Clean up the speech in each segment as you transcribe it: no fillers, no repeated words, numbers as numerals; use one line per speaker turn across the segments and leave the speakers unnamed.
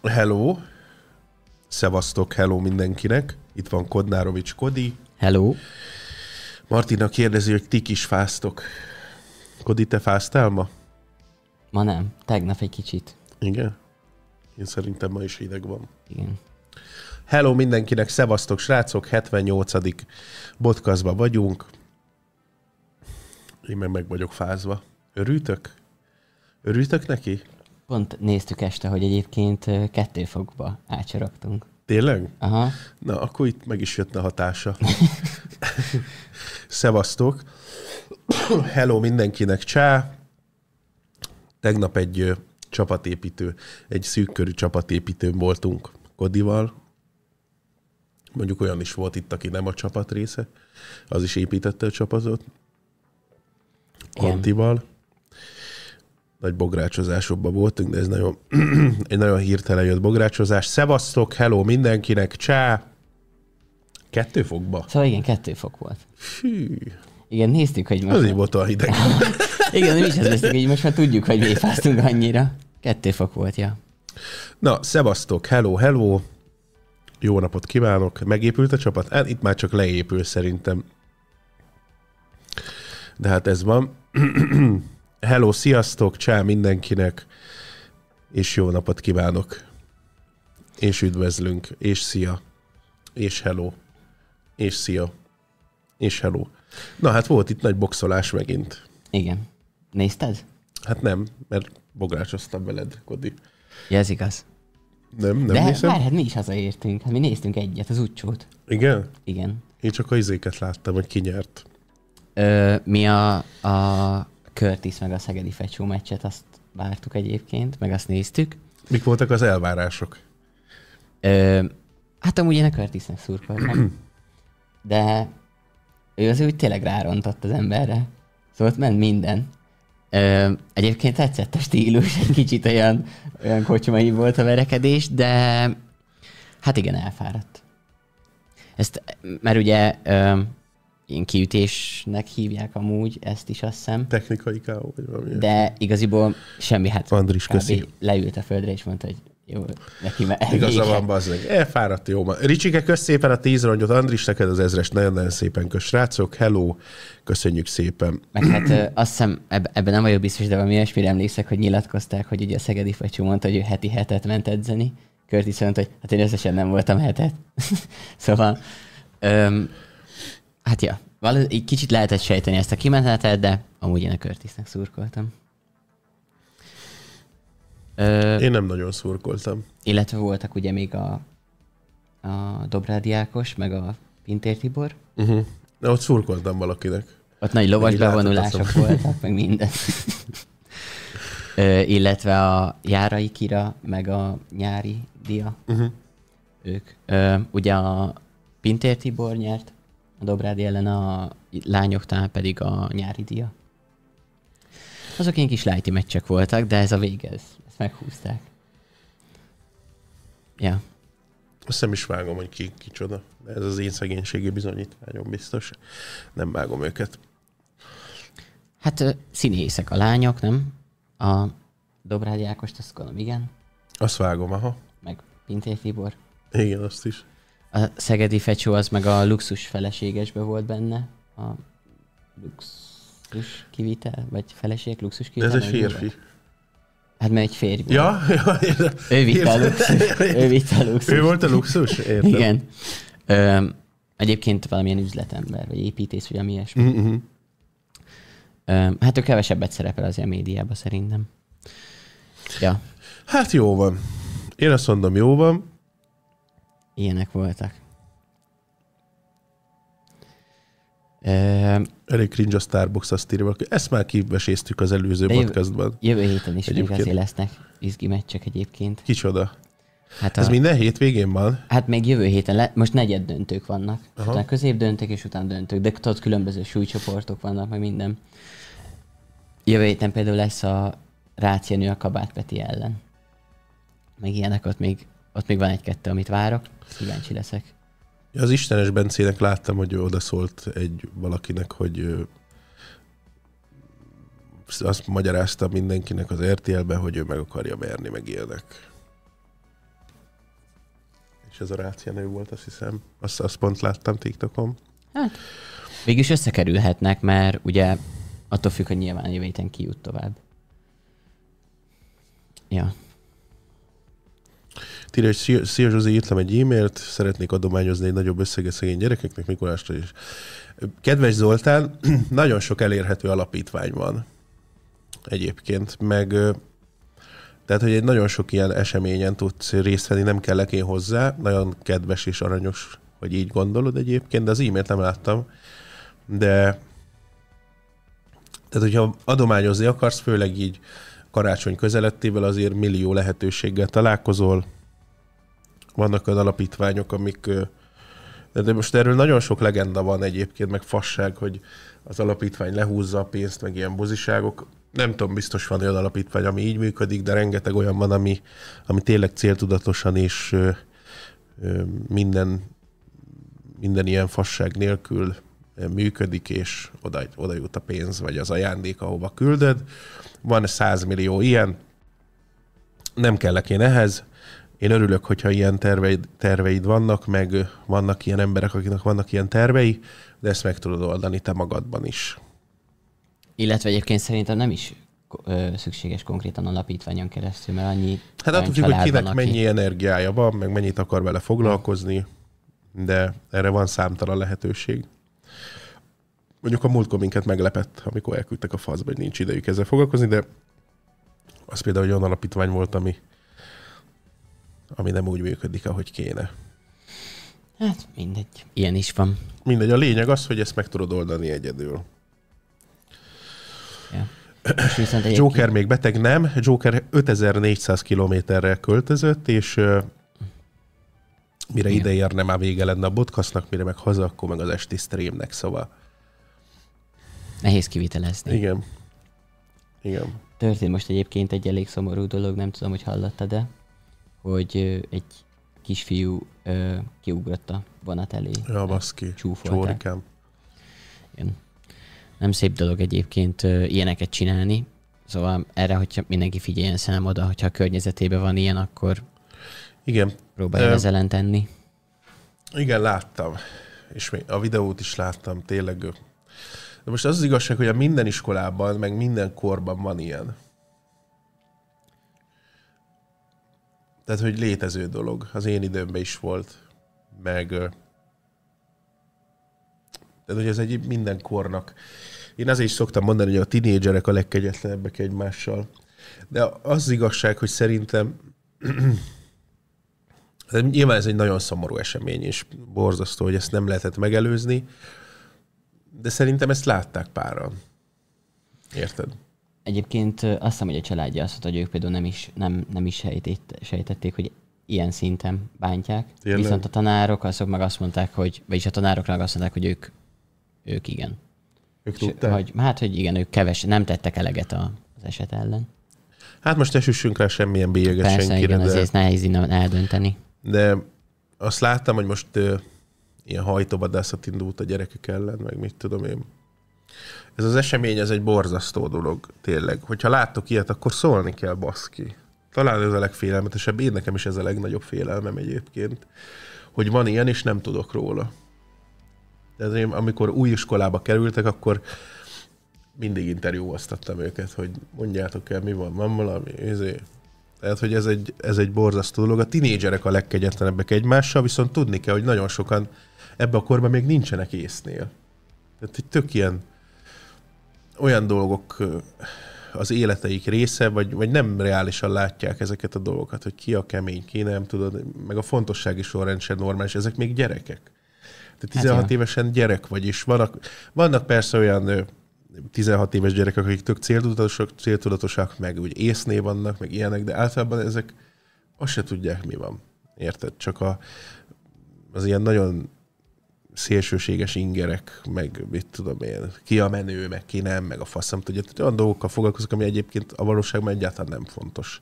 Hello. Szevasztok, hello mindenkinek. Itt van Kodnárovics Kodi.
Hello.
Martina kérdezi, hogy ti is fáztok. Kodi, te fáztál ma?
Ma nem. Tegnap egy kicsit.
Igen? Én szerintem ma is hideg van.
Igen.
Hello mindenkinek, szevasztok srácok, 78. podcastban vagyunk. Én meg vagyok fázva. Örültök? Örültök neki?
Pont néztük este, hogy egyébként 2 fokba átcsorogtunk.
Tényleg?
Aha.
Na, akkor itt meg is jött a hatása. Szevasztok. Hello mindenkinek, csá. Tegnap egy csapatépítő, egy szűkkörű csapatépítőn voltunk Kodival. Mondjuk olyan is volt itt, aki nem a csapat része. Az is építette a csapatot. Antival. Nagy bográcsozásokban voltunk, de ez nagyon, egy nagyon hirtelen jött bográcsozás. Szevasztok, hello mindenkinek, csá! 2 fokba?
Szóval igen, 2 fok volt.
Fű.
Igen, néztük, hogy most...
Azért volt a hideg.
Igen, mi is ezt néztük, hogy most már tudjuk, hogy miért fáztunk annyira. 2 fok volt, ja.
Na, szevasztok, hello, hello. Jó napot kívánok. Megépült a csapat? Hát itt már csak leépül szerintem. De hát ez van. Hello, sziasztok, csá mindenkinek, és jó napot kívánok. És üdvözlünk, és szia, és hello, és szia, és hello. Na hát volt itt nagy boxolás megint.
Igen. Nézted?
Hát nem, mert bográcsoztam veled, Kodi.
Ja, ez igaz.
Nem
De
hiszem.
hát mi is hazaértünk. Hát mi néztünk egyet, az útcsót.
Igen?
Igen.
Én csak a izéket láttam, hogy ki nyert.
Mi a Curtis meg a Szegedi Fecsó meccset, azt vártuk egyébként, meg azt néztük.
Mik voltak az elvárások?
Hát amúgy én a Curtisnek szurkoltam. De ő azért úgy tényleg rárontott az emberre. Szóval ott ment minden. Egyébként tetszett a stílus, egy kicsit olyan kocsmai volt a verekedés, de hát igen, elfáradt. Mert ugye ilyen kiütésnek hívják amúgy ezt is, azt hiszem.
Technikai káó, vagy valami.
De igaziból semmi, hát
Andris, köszi.
leült a földre, és mondta, hogy jó, neki már
Igaza van, bazd meg. Elfáradt, jó ma. Ricsike, kösz szépen a 10 rongyot. Andris, neked az 1000-est nagyon-nagyon szépen kösz. Srácok, hello, köszönjük szépen.
Meg hát azt hiszem, ebben nem vagyok biztos, de valami olyasmire emlékszek, hogy nyilatkozták, hogy ugye a Szegedi Fecsó mondta, hogy ő heti hetet ment edzeni. Curtis mondta, hogy hát én összesen nem voltam hetet. Szóval, hát ja, egy kicsit lehetett sejteni ezt a kimenetet, de amúgy én a Curtisnek szurkoltam.
Én nem nagyon szurkoltam.
Illetve voltak ugye még a Dobrádi Ákos, meg a Pintér Tibor.
De ott szurkoltam valakinek.
Ott nagy lovas bevonulások voltak, meg minden. Illetve a Járai Kira, meg a Nyári Dia. Ők. Ugye a Pintér Tibor nyert, a Dobrádi ellen, a lányoknál pedig a Nyári Dia. Azok ilyen kis lighty meccsek voltak, de ez a vége, ezt meghúzták. Ja.
Azt nem is vágom, hogy kicsoda. De ez az én szegénységi bizonyítványom biztos. Nem vágom őket.
Hát színészek a lányok, nem? A Dobrádi Ákost, azt gondolom, igen.
Azt vágom, aha.
Meg Pintér Tibor.
Igen, azt is.
A Szegedi Fecsó az meg a luxus feleségesbe volt benne. A luxus kivitel, vagy feleség, luxus kivitel.
De ez egy férfi.
Hát mert egy férfi.
Ja,
Ő vitte a luxus. Ő vitte a luxus.
Ő volt a luxus? Értem.
Igen. Egyébként valamilyen üzletember, vagy építész, vagy ami ilyesmi. Hát ő kevesebbet szerepel az ilyen médiában szerintem. Ja.
Hát jó van. Én azt mondom, jó van.
Ilyenek voltak.
Elég cringe a Starbucks, azt írja valaki. Ezt már kiveséztük az előző podcastban.
Jövő héten is még
Egyébként.
azért lesznek izgi meccsek egyébként.
Kicsoda?
Hát
Ez minden hétvégén van?
Hát még jövő héten, most negyed döntők vannak.
Aha.
Utána középdöntők, és utána döntők. De tudod, különböző súlycsoportok vannak, meg minden. Jövő héten például lesz a Rácia nő a Kabát Peti ellen. Meg ilyenek, ott még van egy-kettő, amit várok. Kíváncsi leszek.
Az Istenes Bencének láttam, hogy ő odaszólt egy valakinek, hogy azt magyarázta mindenkinek az RTL-be, hogy ő meg akarja verni, meg ilyenek. És ez a ráciánő volt, azt hiszem. Azt pont láttam TikTokon.
Hát, végülis összekerülhetnek, mert ugye attól függ, hogy nyilván jövő héten ki jut tovább. Ja.
Tira, hogy szia Zsuzsi, írtam egy e-mailt, szeretnék adományozni egy nagyobb összeget szegény gyerekeknek Mikulásra is. Kedves Zoltán, nagyon sok elérhető alapítvány van egyébként, meg tehát, hogy egy nagyon sok ilyen eseményen tudsz részt venni, nem kellek én hozzá, nagyon kedves és aranyos, hogy így gondolod egyébként, de az e-mailt nem láttam, de tehát, hogyha adományozni akarsz, főleg így karácsony közelettével azért millió lehetőséggel találkozol. Vannak olyan alapítványok, amik... De most erről nagyon sok legenda van egyébként, meg fasság, hogy az alapítvány lehúzza a pénzt, meg ilyen buziságok. Nem tudom, biztos van olyan alapítvány, ami így működik, de rengeteg olyan van, ami tényleg céltudatosan és minden ilyen fasság nélkül működik, és oda jut a pénz, vagy az ajándék, ahova küldöd. Van 100 millió ilyen, nem kellek én ehhez. Én örülök, hogyha ilyen terveid vannak, meg vannak ilyen emberek, akiknek vannak ilyen tervei, de ezt meg tudod oldani te magadban is.
Illetve egyébként szerintem nem is szükséges konkrétan alapítványon keresztül, mert annyi
hát attól függ, hogy kinek mennyi energiája van, meg mennyit akar vele foglalkozni, de erre van számtalan lehetőség. Mondjuk a múltkor minket meglepett, amikor elküldtek a faszba, hogy nincs idejük ezzel foglalkozni, de az például egy olyan alapítvány volt, ami nem úgy működik, ahogy kéne.
Hát mindegy, ilyen is van.
Mindegy, a lényeg az, hogy ezt meg tudod oldani egyedül.
Ja.
Joker még beteg nem. Joker 5400 kilométerrel költözött, és mire ide érne, már vége lenne a podcastnak, mire meg haza, akkor meg az esti streamnek, szóval.
Nehéz kivitelezni.
Igen.
Történt most egyébként egy elég szomorú dolog, nem tudom, hogy hallottad, de hogy egy kisfiú kiugrott a vonat elé.
Ja, baszki.
Csórikám. Igen. Nem szép dolog egyébként ilyeneket csinálni. Szóval erre, hogyha mindenki figyeljen szem oda, hogyha a környezetében van ilyen, akkor
igen.
Próbálj ezzel ellen tenni.
Igen, láttam. És még a videót is láttam, tényleg. De most az igazság, hogy a minden iskolában, meg minden korban van ilyen. Tehát, hogy létező dolog. Az én időmben is volt. Meg... Tehát, hogy ez egy minden kornak. Én azért is szoktam mondani, hogy a tinédzserek a legkegyetlenebbek egymással. De az igazság, hogy szerintem... Nyilván ez egy nagyon szomorú esemény, és borzasztó, hogy ezt nem lehetett megelőzni. De szerintem ezt látták páran. Érted?
Egyébként azt hiszem, hogy a családja azt mondta, hogy ők például nem is sejtették, hogy ilyen szinten bántják. Tényleg? Viszont a tanárok azok meg azt mondták, hogy, vagyis a tanároknak azt mondták, hogy ők igen.
Ők tudták?
Hogy igen, ők nem tettek eleget az eset ellen.
Hát most ne süssünk rá semmilyen bélyeget senkire.
Persze, igen, azért nehéz innen eldönteni.
De azt láttam, hogy most ilyen hajtóvadászat indult a gyerekek ellen, meg mit tudom én. Ez az esemény, ez egy borzasztó dolog, tényleg. Hogyha láttok ilyet, akkor szólni kell, baszki. Talán ez a legfélelmetesebb, én nekem is ez a legnagyobb félelmem egyébként, hogy van ilyen, és nem tudok róla. De én, amikor új iskolába kerültek, akkor mindig interjúoztattam őket, hogy mondjátok el, mi van valami, Tehát, hogy ez egy borzasztó dolog. A tinédzserek a legkegyetlenebbek egymással, viszont tudni kell, hogy nagyon sokan ebben a korban még nincsenek észnél. Tehát, hogy tök olyan dolgok az életeik része, vagy nem reálisan látják ezeket a dolgokat, hogy ki a kemény, ki nem, tudod, meg a fontossági sorrend sem normális, ezek még gyerekek. Tehát 16 évesen gyerek vagy, és vannak persze olyan 16 éves gyerekek, akik tök céltudatosak, meg úgy észné vannak, meg ilyenek, de általában ezek azt se tudják, mi van. Érted? Csak az ilyen nagyon szélsőséges ingerek, meg mit tudom én, ki a menő, meg ki nem, meg a faszom tudja. Tehát olyan dolgokkal foglalkozok, ami egyébként a valóságban egyáltalán nem fontos.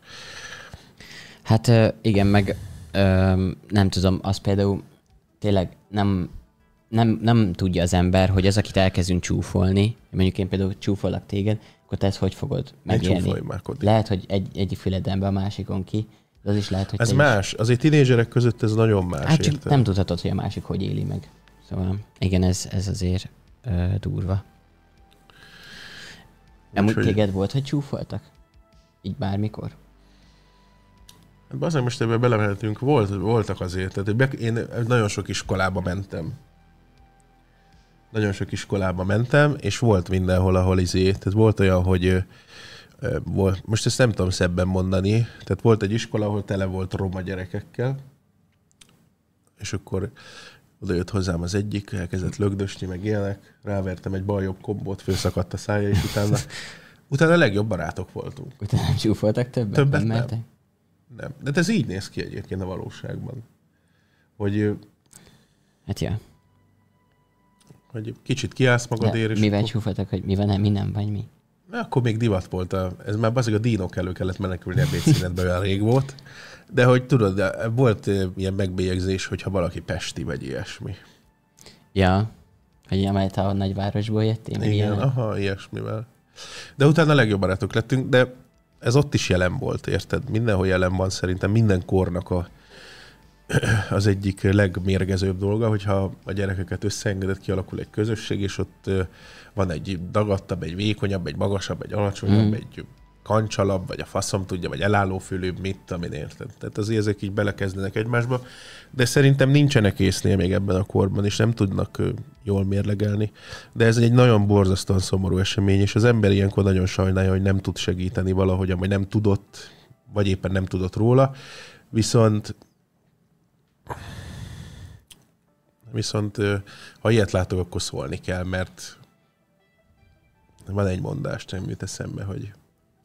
Hát igen, meg nem tudom, az például tényleg nem tudja az ember, hogy az, akit elkezdünk csúfolni, mondjuk én például csúfollak téged, akkor te ezt hogy fogod megélni? Lehet, hogy egy füledben, a másikon ki, Az is lehet, hogy
Ez más. Azért tínédzserek között ez nagyon más.
Hát csak nem tudhatod, hogy a másik hogy éli meg. Szóval igen, ez azért durva. Amúgy téged volt, hogy csúfoltak? Így bármikor?
Hát bazdmeg, most ebben belemehetünk. Voltak azért. Tehát én nagyon sok iskolába mentem. És volt mindenhol, ahol tehát volt olyan, hogy most ezt nem tudom szebben mondani, tehát volt egy iskola, ahol tele volt roma gyerekekkel, és akkor oda jött hozzám az egyik, elkezdett lögdösni, meg ilyenek, rávertem egy bal-jobb kombót, fölszakadt a szája, és utána legjobb barátok voltunk.
Utána nem csúfoltak többet?
Nem. De ez így néz ki egyébként a valóságban. Hogy...
Hát ja.
Hogy kicsit kiállsz magadért, és...
Mivel csúfoltak, hogy mi van, mi nem, vagy mi?
Akkor még divat volt. Ez már azért a dínok elő kellett menekülni ebédszínetbe, olyan rég volt. De hogy tudod, volt ilyen megbélyegzés, hogyha valaki pesti, vagy ilyesmi.
Ja, hogy amelyet a nagyvárosból jöttél.
Igen, ilyesmivel. De utána legjobb barátok lettünk, de ez ott is jelen volt, érted? Mindenhol jelen van szerintem minden kornak az egyik legmérgezőbb dolga, hogyha a gyerekeket összeengedett, kialakul egy közösség, és ott van egy dagadtabb, egy vékonyabb, egy magasabb, egy alacsonyabb, egy kancsalabb, vagy a faszom tudja, vagy elállófülőbb, mit tudom én, érted? Tehát azért ezek így belekezdenek egymásba, de szerintem nincsenek észnél még ebben a korban, és nem tudnak jól mérlegelni. De ez egy nagyon borzasztóan szomorú esemény, és az ember ilyenkor nagyon sajnálja, hogy nem tud segíteni valahogyan, vagy nem tudott, vagy éppen nem tudott róla. Viszont ha ilyet látok, akkor szólni kell, mert van egy mondás, nem jut eszembe, hogy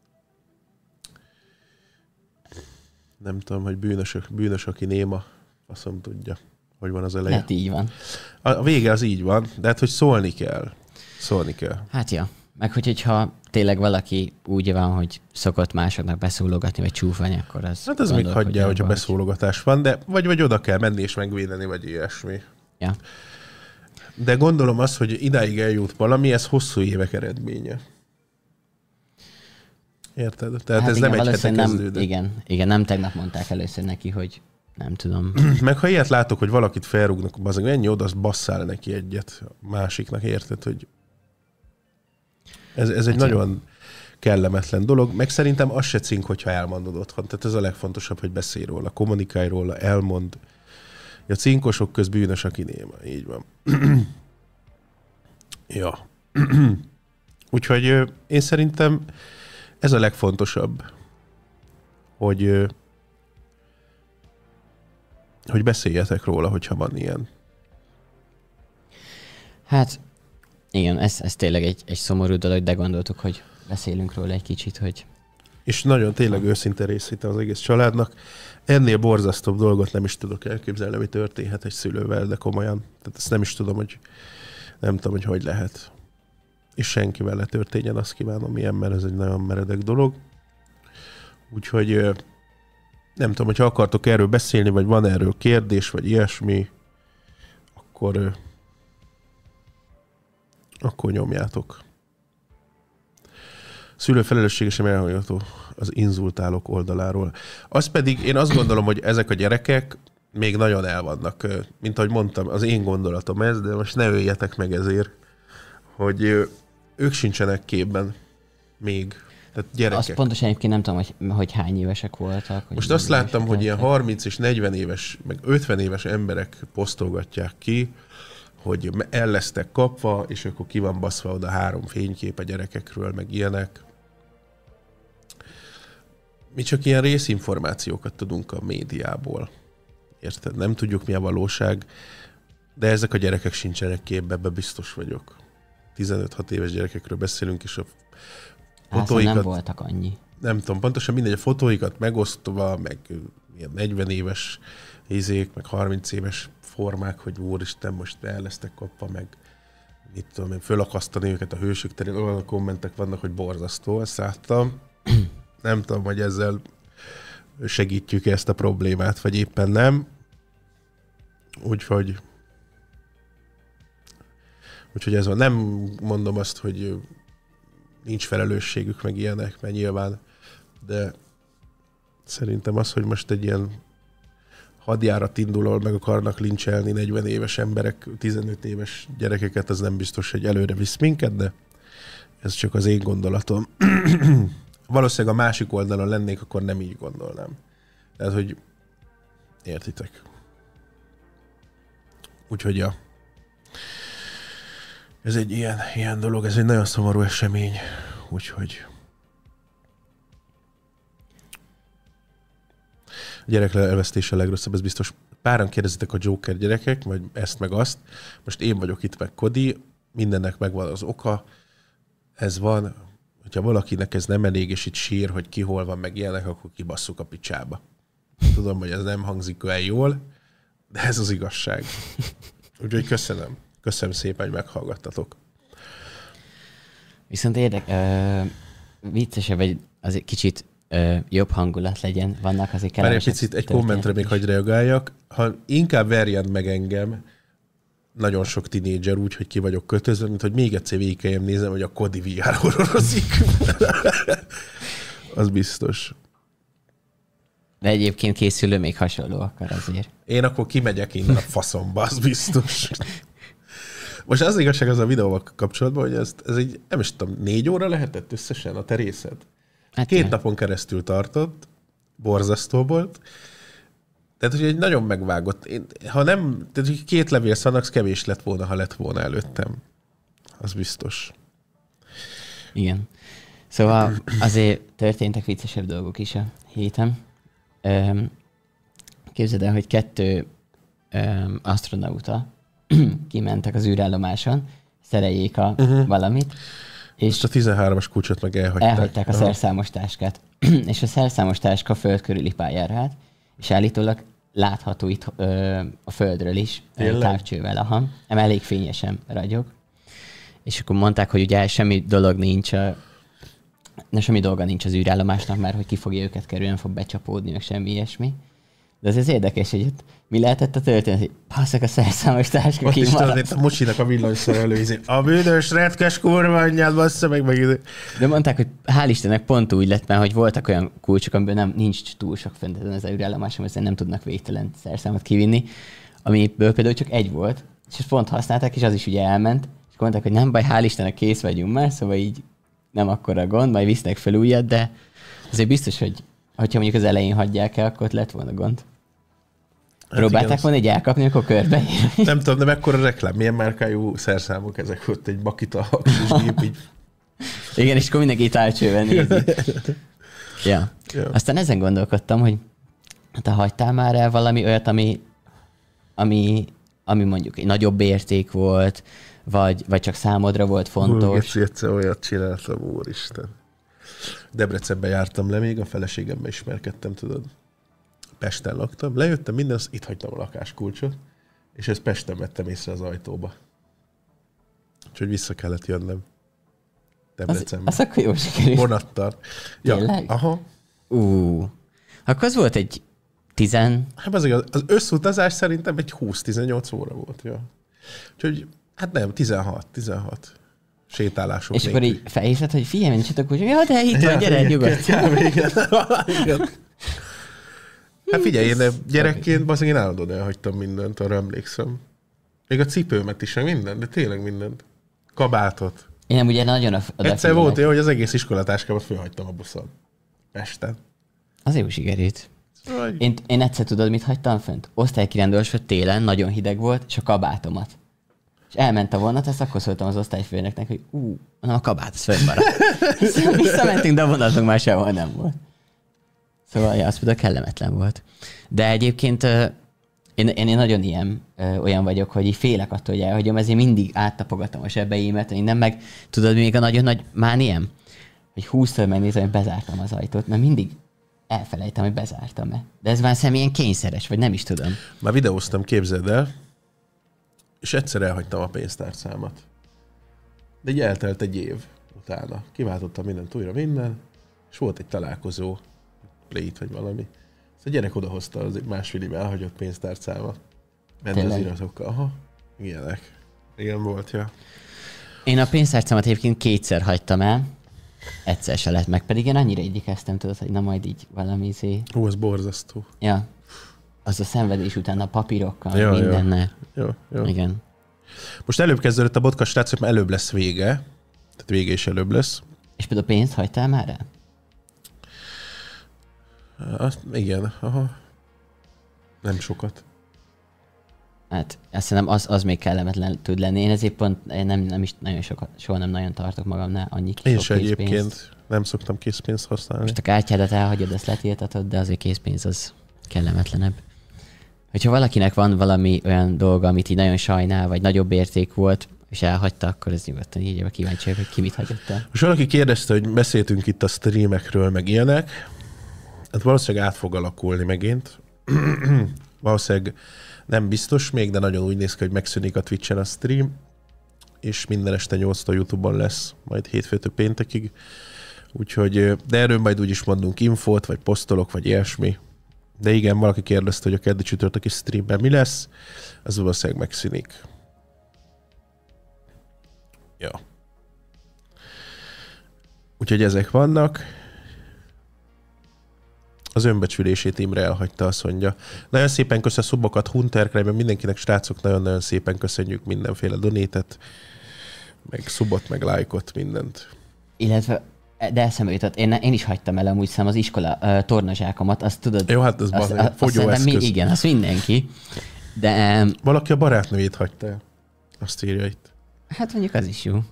nem tudom, hogy bűnös, aki néma, faszom tudja, hogy van az eleje.
Hát így van.
A vége az így van, de hát, hogy szólni kell.
Hát ja, meg hogyha tényleg valaki úgy van, hogy szokott másoknak beszólogatni, vagy csúfolni, akkor az...
Hát ez még hagyja, hogyha beszólogatás van, de vagy oda kell menni és megvédeni, vagy ilyesmi.
Ja.
De gondolom azt, hogy idáig eljut valami, ez hosszú évek eredménye. Érted? Tehát hát ez igen, nem egy hete kezdődött.
Igen, nem tegnap mondták először neki, hogy nem tudom.
Meg ha ilyet látok, hogy valakit felrúgnak, azért menj oda, azt basszál neki egyet másiknak, érted, hogy ez egy nagyon kellemetlen dolog, meg szerintem az se cink, hogyha elmondod otthon. Tehát ez a legfontosabb, hogy beszélj róla, kommunikálj róla, elmond. A cinkosok köz bűnös, aki néma. Így van. Ja. Úgyhogy én szerintem ez a legfontosabb, hogy beszéljetek róla, hogyha van ilyen.
Hát igen, ez tényleg egy szomorú dolog, de gondoltuk, hogy beszélünk róla egy kicsit, hogy...
És nagyon tényleg őszinte részítem az egész családnak. Ennél borzasztóbb dolgot nem is tudok elképzelni, ami történhet egy szülővel, de komolyan. Tehát ezt nem is tudom, hogy lehet. És senkivel ne történjen, azt kívánom ilyen, mert ez egy nagyon meredek dolog. Úgyhogy nem tudom, hogyha akartok erről beszélni, vagy van erről kérdés, vagy ilyesmi, akkor nyomjátok. Szülő felelőssége sem elhanyagolható az inzultálók oldaláról. Az pedig, én azt gondolom, hogy ezek a gyerekek még nagyon el vannak, mint ahogy mondtam, az én gondolatom ez, de most ne öljetek meg ezért, hogy ők sincsenek képben még. Tehát gyerekek.
Azt pontosan egyébként nem tudom, hogy hány évesek voltak.
Most azt láttam, hogy ilyen 30 és 40 éves, meg 50 éves emberek posztolgatják ki, hogy el lesztek kapva, és akkor ki van baszva oda 3 fénykép a gyerekekről, meg ilyenek. Mi csak ilyen részinformációkat tudunk a médiából. Érted? Nem tudjuk, mi a valóság, de ezek a gyerekek sincsenek képbe, ebbe biztos vagyok. 15-6 éves gyerekekről beszélünk, és a fotóikat...
nem voltak annyi.
Nem tudom, pontosan mindegy, a fotóikat megosztva, meg ilyen 40 éves izék, meg 30 éves formák, hogy úristen, most el lesztek kapva, meg mit tudom én, fölakasztani őket a hősök terén, olyan kommentek vannak, hogy borzasztó, ezt láttam. Nem tudom, hogy ezzel segítjük ezt a problémát, vagy éppen nem. Úgyhogy ez van. Nem mondom azt, hogy nincs felelősségük, meg ilyenek, mert nyilván, de Szerintem az, hogy most egy ilyen hadjárat indul, meg akarnak lincselni 40 éves emberek, 15 éves gyerekeket, az nem biztos, hogy előre visz minket, de ez csak az én gondolatom. Valószínűleg a másik oldalon lennék, akkor nem így gondolnám. Tehát, hogy értitek. Úgyhogy ja. Ez egy ilyen dolog, ez egy nagyon szomorú esemény. Úgyhogy a gyerek elvesztése a legrosszabb, ez biztos. Páran kérdezitek a Joker gyerekek, vagy ezt meg azt. Most én vagyok itt meg Kodi, mindennek megvan az oka. Ez van, hogyha valakinek ez nem elég, és itt sír, hogy ki hol van, meg ilyenek, akkor kibasszuk a picsába. Tudom, hogy ez nem hangzik olyan jól, de ez az igazság. Úgyhogy köszönöm. Köszönöm szépen, hogy meghallgattatok.
Viszont viccesebb, vagy azért kicsit jobb hangulat legyen, vannak azért kellemesebb.
Már egy picit egy kommentre még hagy reagáljak. Ha inkább verjen meg engem nagyon sok tinédzser úgy, hogy ki vagyok kötözve, mint hogy még egyszer végig kelljen nézem, hogy a Kodi VR horrorozik. Az biztos.
De egyébként készülő még hasonló akar azért.
Én akkor kimegyek innen a faszomba, az biztos. Most az igazság az a videóval kapcsolatban, hogy ez egy, nem is tudom, 4 óra lehetett összesen a terészed? Hát 2 napon keresztül tartott, borzasztó volt. Tehát, hogy egy nagyon megvágott. Ha nem, tehát, hogy 2 levél szanax kevés lett volna, ha lett volna előttem. Az biztos.
Igen. Szóval azért történtek viccesebb dolgok is a héten. Képzeld el, hogy 2 asztronauta kimentek az űrállomáson, szereljék valamit. És
a 13-as kulcsot meg elhagyták.
Elhagyták a szerszámos táskát. És a szerszámos táska föld körüli pályára állt, és állítólag látható itt a földről is, távcsővel, elég fényesen ragyog. És akkor mondták, hogy ugye semmi dolga nincs az űrállomásnak, mert hogy ki fogja őket kerülni, nem fog becsapódni, meg semmi ilyesmi. De az érdekes, hogy ott mi lehetett a történet, hogy passzak a szerszámos táska ki
maradt. Ott is a Mocsinak a villanyszerelő, a bűnös retkes kurva anyját, bassza meg.
De mondták, hogy hál' Istennek pont úgy lett, mert hogy voltak olyan kulcsok, amiből nincs túl sok fent az űrállomáson, ezért nem tudnak végtelen szerszámot kivinni, amiből például csak egy volt, és ezt pont használták, és az is ugye elment, és mondták, hogy nem baj, hál' Istennek kész vagyunk már, szóval így nem akkora gond, majd visznek fel újat, de azért biztos, hogy hogyha mondjuk az elején hagyják el, akkor ott lett volna gond. Hát próbálták volna így elkapni, akkor körbe.
Nem tudom, de mekkora reklám, milyen márkájú szerszámok ezek ott, egy Makita gép így.
Igen, és akkor mindenki távcsővel nézi. Ja. Aztán ezen gondolkodtam, hogy te hagytál már el valami olyat, ami mondjuk egy nagyobb érték volt, vagy csak számodra volt fontos.
Egyszer olyat csináltam, úristen. Debrecenben jártam le még, a feleségemmel ismerkedtem, tudod. Pesten laktam, lejöttem, itt hagytam a lakáskulcsot, és ezt Pesten vettem észre az ajtóba. Úgyhogy vissza kellett jönnöm. Debrecenbe.
Az akkor jól sikerült.
Vonattal. Ja, aha.
Akkor az volt egy
Hát az összutazás szerintem egy 20-18 óra volt, ja. Úgyhogy, hát nem, 16. Sétálások.
És akkor így felhívtad, hogy figyelj, nincs itt a kulcs. Ja, de itt van, gyere, nyugodtan.
Igen. Hát figyelj, én gyerekként én állandóan elhagytam mindent, arra emlékszem. Még a cipőmet is, minden, de tényleg mindent. Kabátot.
Én nem ugye nagyon odafigyelek.
Egyszer volt olyan, hogy az egész iskolatáskámat fölhagytam a buszon. Pesten.
Az jó sikerült. Én egyszer tudod, mit hagytam fönt? Osztálykirándulásra télen, nagyon hideg volt, és a kabátomat. És elment a vonat, ezt akkor szóltam az osztályfőnöknek, hogy nem, a kabát, az fönnmaradt. Visszamentünk, de a vonatunk már sehol nem volt. Szóval, ja, az például kellemetlen volt. De egyébként én nagyon olyan vagyok, hogy így félek attól, hogy elhagyom, ezért mindig áttapogatom a zsebeimet, innen meg tudod, még a nagyon nagy mániám, hogy 20-szor megnézem, hogy bezártam az ajtót, mert mindig elfelejtem, hogy bezártam-e. De ez már személyen kényszeres, vagy nem is tudom.
Már videóztam, képzeld el, és egyszer elhagytam a pénztárcámat. De így eltelt egy év utána. Kiváltottam mindent újra minden, és volt egy találkozó, Play-t vagy valami. Szóval a gyerek odahozta az másfél elhagyott pénztárcámat. Ment az iratokkal. Aha, ilyenek. Igen, volt, ja.
Én a pénztárcámat egyébként 2-szer hagytam el, egyszer se lett meg. Pedig én annyira igyekeztem, tudod, hogy na majd így valami
Hú, ez borzasztó.
Ja. Az a szenvedés után a papírokkal, mindennel.
Jó.
Igen.
Most előbb kezdődött a podcast, srácok, mert előbb lesz vége. Tehát vége is előbb lesz.
És például pénzt hagytál már el?
Igen, aha. Nem sokat.
Hát azt hiszem, az még kellemetlen tud lenni. Én ezért pont nem is nagyon sokat, soha nem nagyon tartok magamnál annyi kis
Én sem egyébként nem szoktam készpénzt használni.
Most a kártyádat elhagyod, azt letiltatod, de azért készpénz az kellemetlenebb. Hogyha valakinek van valami olyan dolga, amit így nagyon sajnál, vagy nagyobb érték volt, és elhagyta, akkor ez nyugodtan így a kíváncsi vagyok, hogy ki mit hagyott el.
Most valaki kérdezte, hogy beszéltünk itt a streamekről, meg ilyenek. Hát valószínűleg át fog alakulni megint. Valószínűleg nem biztos még, de nagyon úgy néz ki, hogy megszűnik a Twitch-en a stream, és minden este 8-tól YouTube-on lesz, majd hétfőtől péntekig. Úgyhogy, de erről majd úgyis mondunk infót, vagy posztolok, vagy ilyesmi. De igen, valaki kérdezte, hogy a keddi csütörtöki streamben mi lesz, az valószínűleg megszűnik. Ja. Úgyhogy ezek vannak. Az önbecsülését Imre elhagyta, azt mondja. Nagyon szépen köszönöm a szubokat, Hunterkrejben, mindenkinek, srácok, nagyon-nagyon szépen köszönjük mindenféle donétet, meg szubot, meg lájkot, mindent.
Illetve, de eszembe jutott, én is hagytam el amúgy szám az iskola tornazsákomat, azt tudod?
Jó, hát ez fogyóeszköz.
Igen, azt mindenki. De...
Valaki a barátnőjét hagyta el. Azt írja itt.
Hát mondjuk az is jó.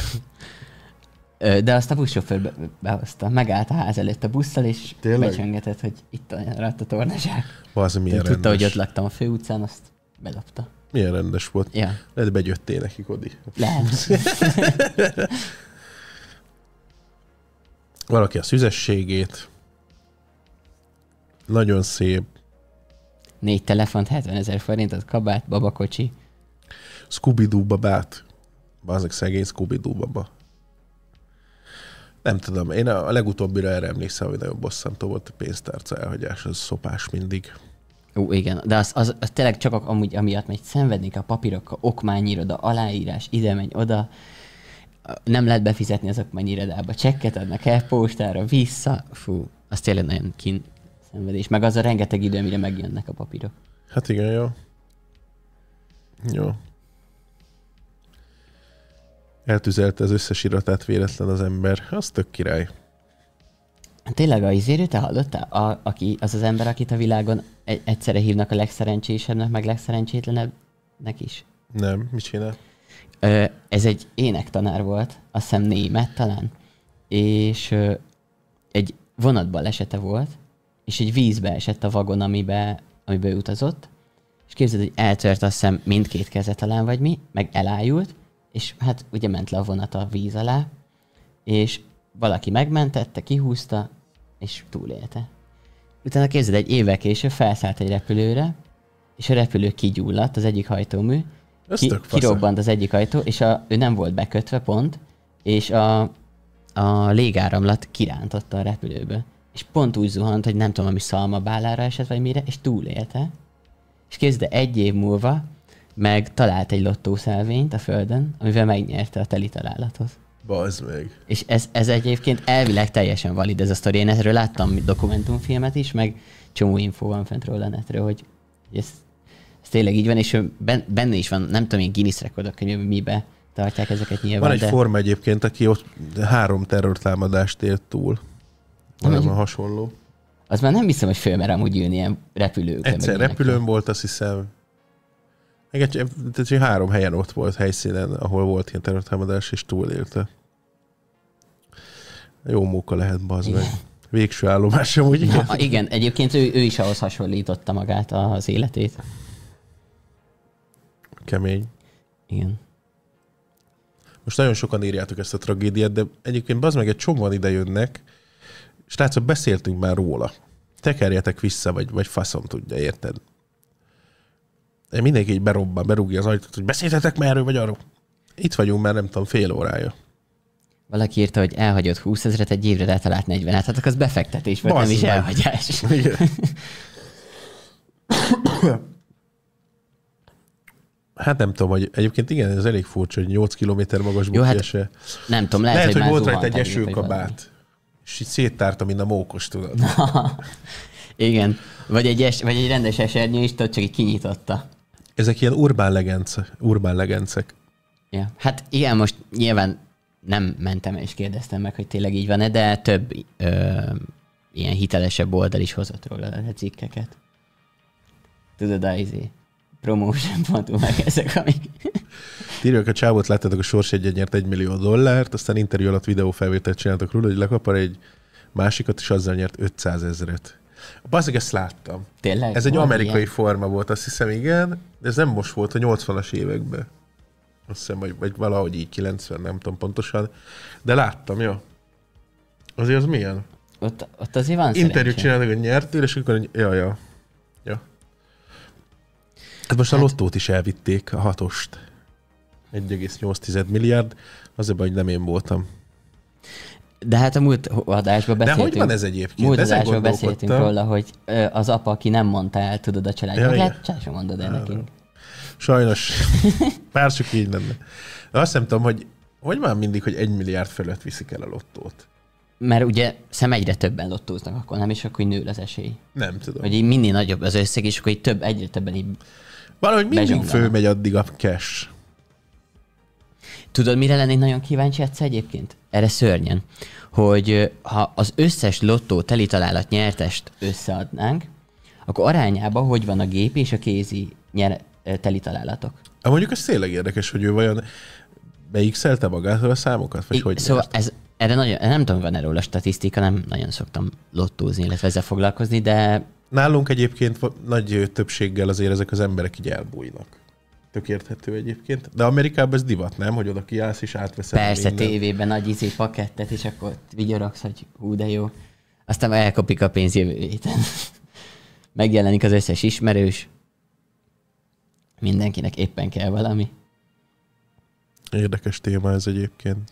De azt a buszsofőr behozta. Megállt a ház előtt a busszal, és becsöngetett, hogy itt a tornazsák.
Az milyen rendes.
Tudta, hogy ott laktam a főutcán, azt bedobta.
Milyen rendes volt.
Ja.
Lehet begyöttél nekik, Odi.
Lehet.
Valaki a szüzességét. Nagyon szép.
4 telefont, 70 000 forintot, kabát, babakocsi.
Scooby-Doo babát. Bazeg szegény Scooby-Doo baba. Nem tudom, én a legutóbbira erre emlékszem, hogy nagyon bosszantó volt a pénztárca elhagyás, az szopás mindig.
Igen, de az tényleg csak amúgy amiatt megy, szenvednék a papírokkal, okmányiroda, aláírás, ide megy, oda. Nem lehet befizetni az okmányirodába, csekket adnak el, postára, vissza. Fú, az tényleg nagyon szenvedés. Meg az a rengeteg idő, amire megjönnek a papírok.
Hát igen, jó. Jó. Eltüzelte az összes iratát véletlen az ember. Az tök király.
Tényleg a izéről te hallottál? Aki, az ember, akit a világon egyszerre hívnak a legszerencsésebbnek, meg legszerencsétlenebbnek is?
Nem, mit csinál?
Ez egy énektanár volt, azt hiszem német talán, és egy vonatbalesete volt, és egy vízbe esett a vagon, amiben utazott, és képzeld, hogy eltört azt hiszem mindkét keze talán vagy mi, meg elájult, és hát ugye ment le a vonat a víz alá, és valaki megmentette, kihúzta, és túlélte. Utána képzeld, egy évvel később felszállt egy repülőre, és a repülő kigyulladt, az egyik hajtómű, kirobbant az egyik ajtó, és ő nem volt bekötve pont, és a légáramlat kirántotta a repülőből. És pont úgy zuhant, hogy nem tudom, ami szalmabálára esett, vagy mire, és túlélte. És képzeld, 1 év múlva meg talált egy lottószelvényt a földön, amivel megnyerte a teli találatot.
Bazd meg.
És ez egyébként elvileg teljesen valid ez a sztori. Én erről láttam dokumentumfilmet is, meg csomó infó van fent róla a netről, hogy ez tényleg így van, és benne is van, nem tudom, én Guinness rekordok könyvben mibe tartják ezeket nyilván.
Van egy forma egyébként, aki ott 3 terrortámadást élt túl. Valami hasonló.
Az már nem hiszem, hogy fölmer amúgy jön ilyen repülőkre.
Egyszer repülőn volt, azt hiszem. Tehát 3 helyen ott volt helyszínen, ahol volt ilyen terrortámadás, és túlélte. Jó móka lehet, bazd meg. Végső állomás amúgy, igen.
Igen, egyébként ő is ahhoz hasonlította magát az életét.
Kemény.
Igen.
Most nagyon sokan írjátok ezt a tragédiát, de egyébként bazd meg, egy csomóan ide jönnek, és látszólag beszéltünk már róla. Tekerjetek vissza, vagy faszom tudja, érted? Mindenki így berúgja az ajtót, hogy beszéltetek már erről, vagy arról. Itt vagyunk már, nem tudom, fél órája.
Valaki írta, hogy elhagyott 20 000, egy évre eltalált 40-et. Hát az befektetés volt, nem is elhagyás.
Hát nem tudom, hogy egyébként igen, ez elég furcsa, hogy 8 kilométer magas bukiese.
Nem tudom, lehet
hogy
már
volt rajta
zuhant
egy
egyébként, vagy
esőkabát. És így széttárta, mint a mókos, tudod.
Igen. Vagy egy rendes esernyő is, tudod, csak így kinyitotta.
Ezek ilyen urbán legencek.
Ja. Hát igen, most nyilván nem mentem és kérdeztem meg, hogy tényleg így van-e, de több ilyen hitelesebb oldal is hozott róla a cikkeket. Tudod, promotion.hu meg ezek, amik...
Írják, a csávót láttátok, a Sorsjegyen nyert $1 millió, aztán interjú alatt videófelvételt csináltak róla, hogy lekapar egy másikat, és azzal nyert 500 000. Bazzeg, ezt láttam.
Tényleg?
Ez egy amerikai
ilyen
forma volt, azt hiszem, igen, de ez nem most volt, a 80-as években. Azt hiszem, vagy valahogy így 90, nem tudom pontosan. De láttam, jó. Azért az milyen?
Ott azért van
Interjút
szerencsé.
csináltak, hogy nyertél, és akkor ja. Hát most a lottót is elvitték, a 6-ost. 1,8 milliárd. Azért baj, hogy nem én voltam.
De hát a múlt adásban beszéltünk.
De hogy van ez egyébként?
Múlt adásban beszéltünk róla, hogy az apa, aki nem mondta el, tudod, a családnak.
Ja,
Lehet, sem mondod el nekünk.
Sajnos. Pár csak így lenne. De azt nem tudom, hogy van mindig, hogy 1 milliárd fölött viszik el a lottót.
Mert ugye egyre többen lottóznak, akkor nem, és akkor nő az esély.
Nem tudom.
Hogy így minél nagyobb az összeg, és akkor így egyre többen így
valahogy mindig
bezsonganak.
fölmegy addig a cash.
Tudod, mire lennék nagyon kíváncsi egyszer egyébként? Erre szörnyen. Hogy ha az összes lottó telitalálat nyertest összeadnánk, akkor arányában hogy van a gépi és a kézi telitalálatok?
Mondjuk ez tényleg érdekes, hogy ő vajon beixelte magától a számokat? Vagy hogy
szóval erre nagyon, nem tudom, van erről a statisztika, nem nagyon szoktam lottózni, illetve ezzel foglalkozni, de...
Nálunk egyébként nagy többséggel azért ezek az emberek így elbújnak. Tök érthető egyébként. De Amerikában ez divat, nem? Hogy oda kiállsz és átveszed
persze,
minden.
tévében nagy pakettet, és akkor vigyorogsz, hogy hú, de jó. Aztán elkopik a pénz jövő héten. Megjelenik az összes ismerős. Mindenkinek éppen kell valami.
Érdekes téma ez egyébként.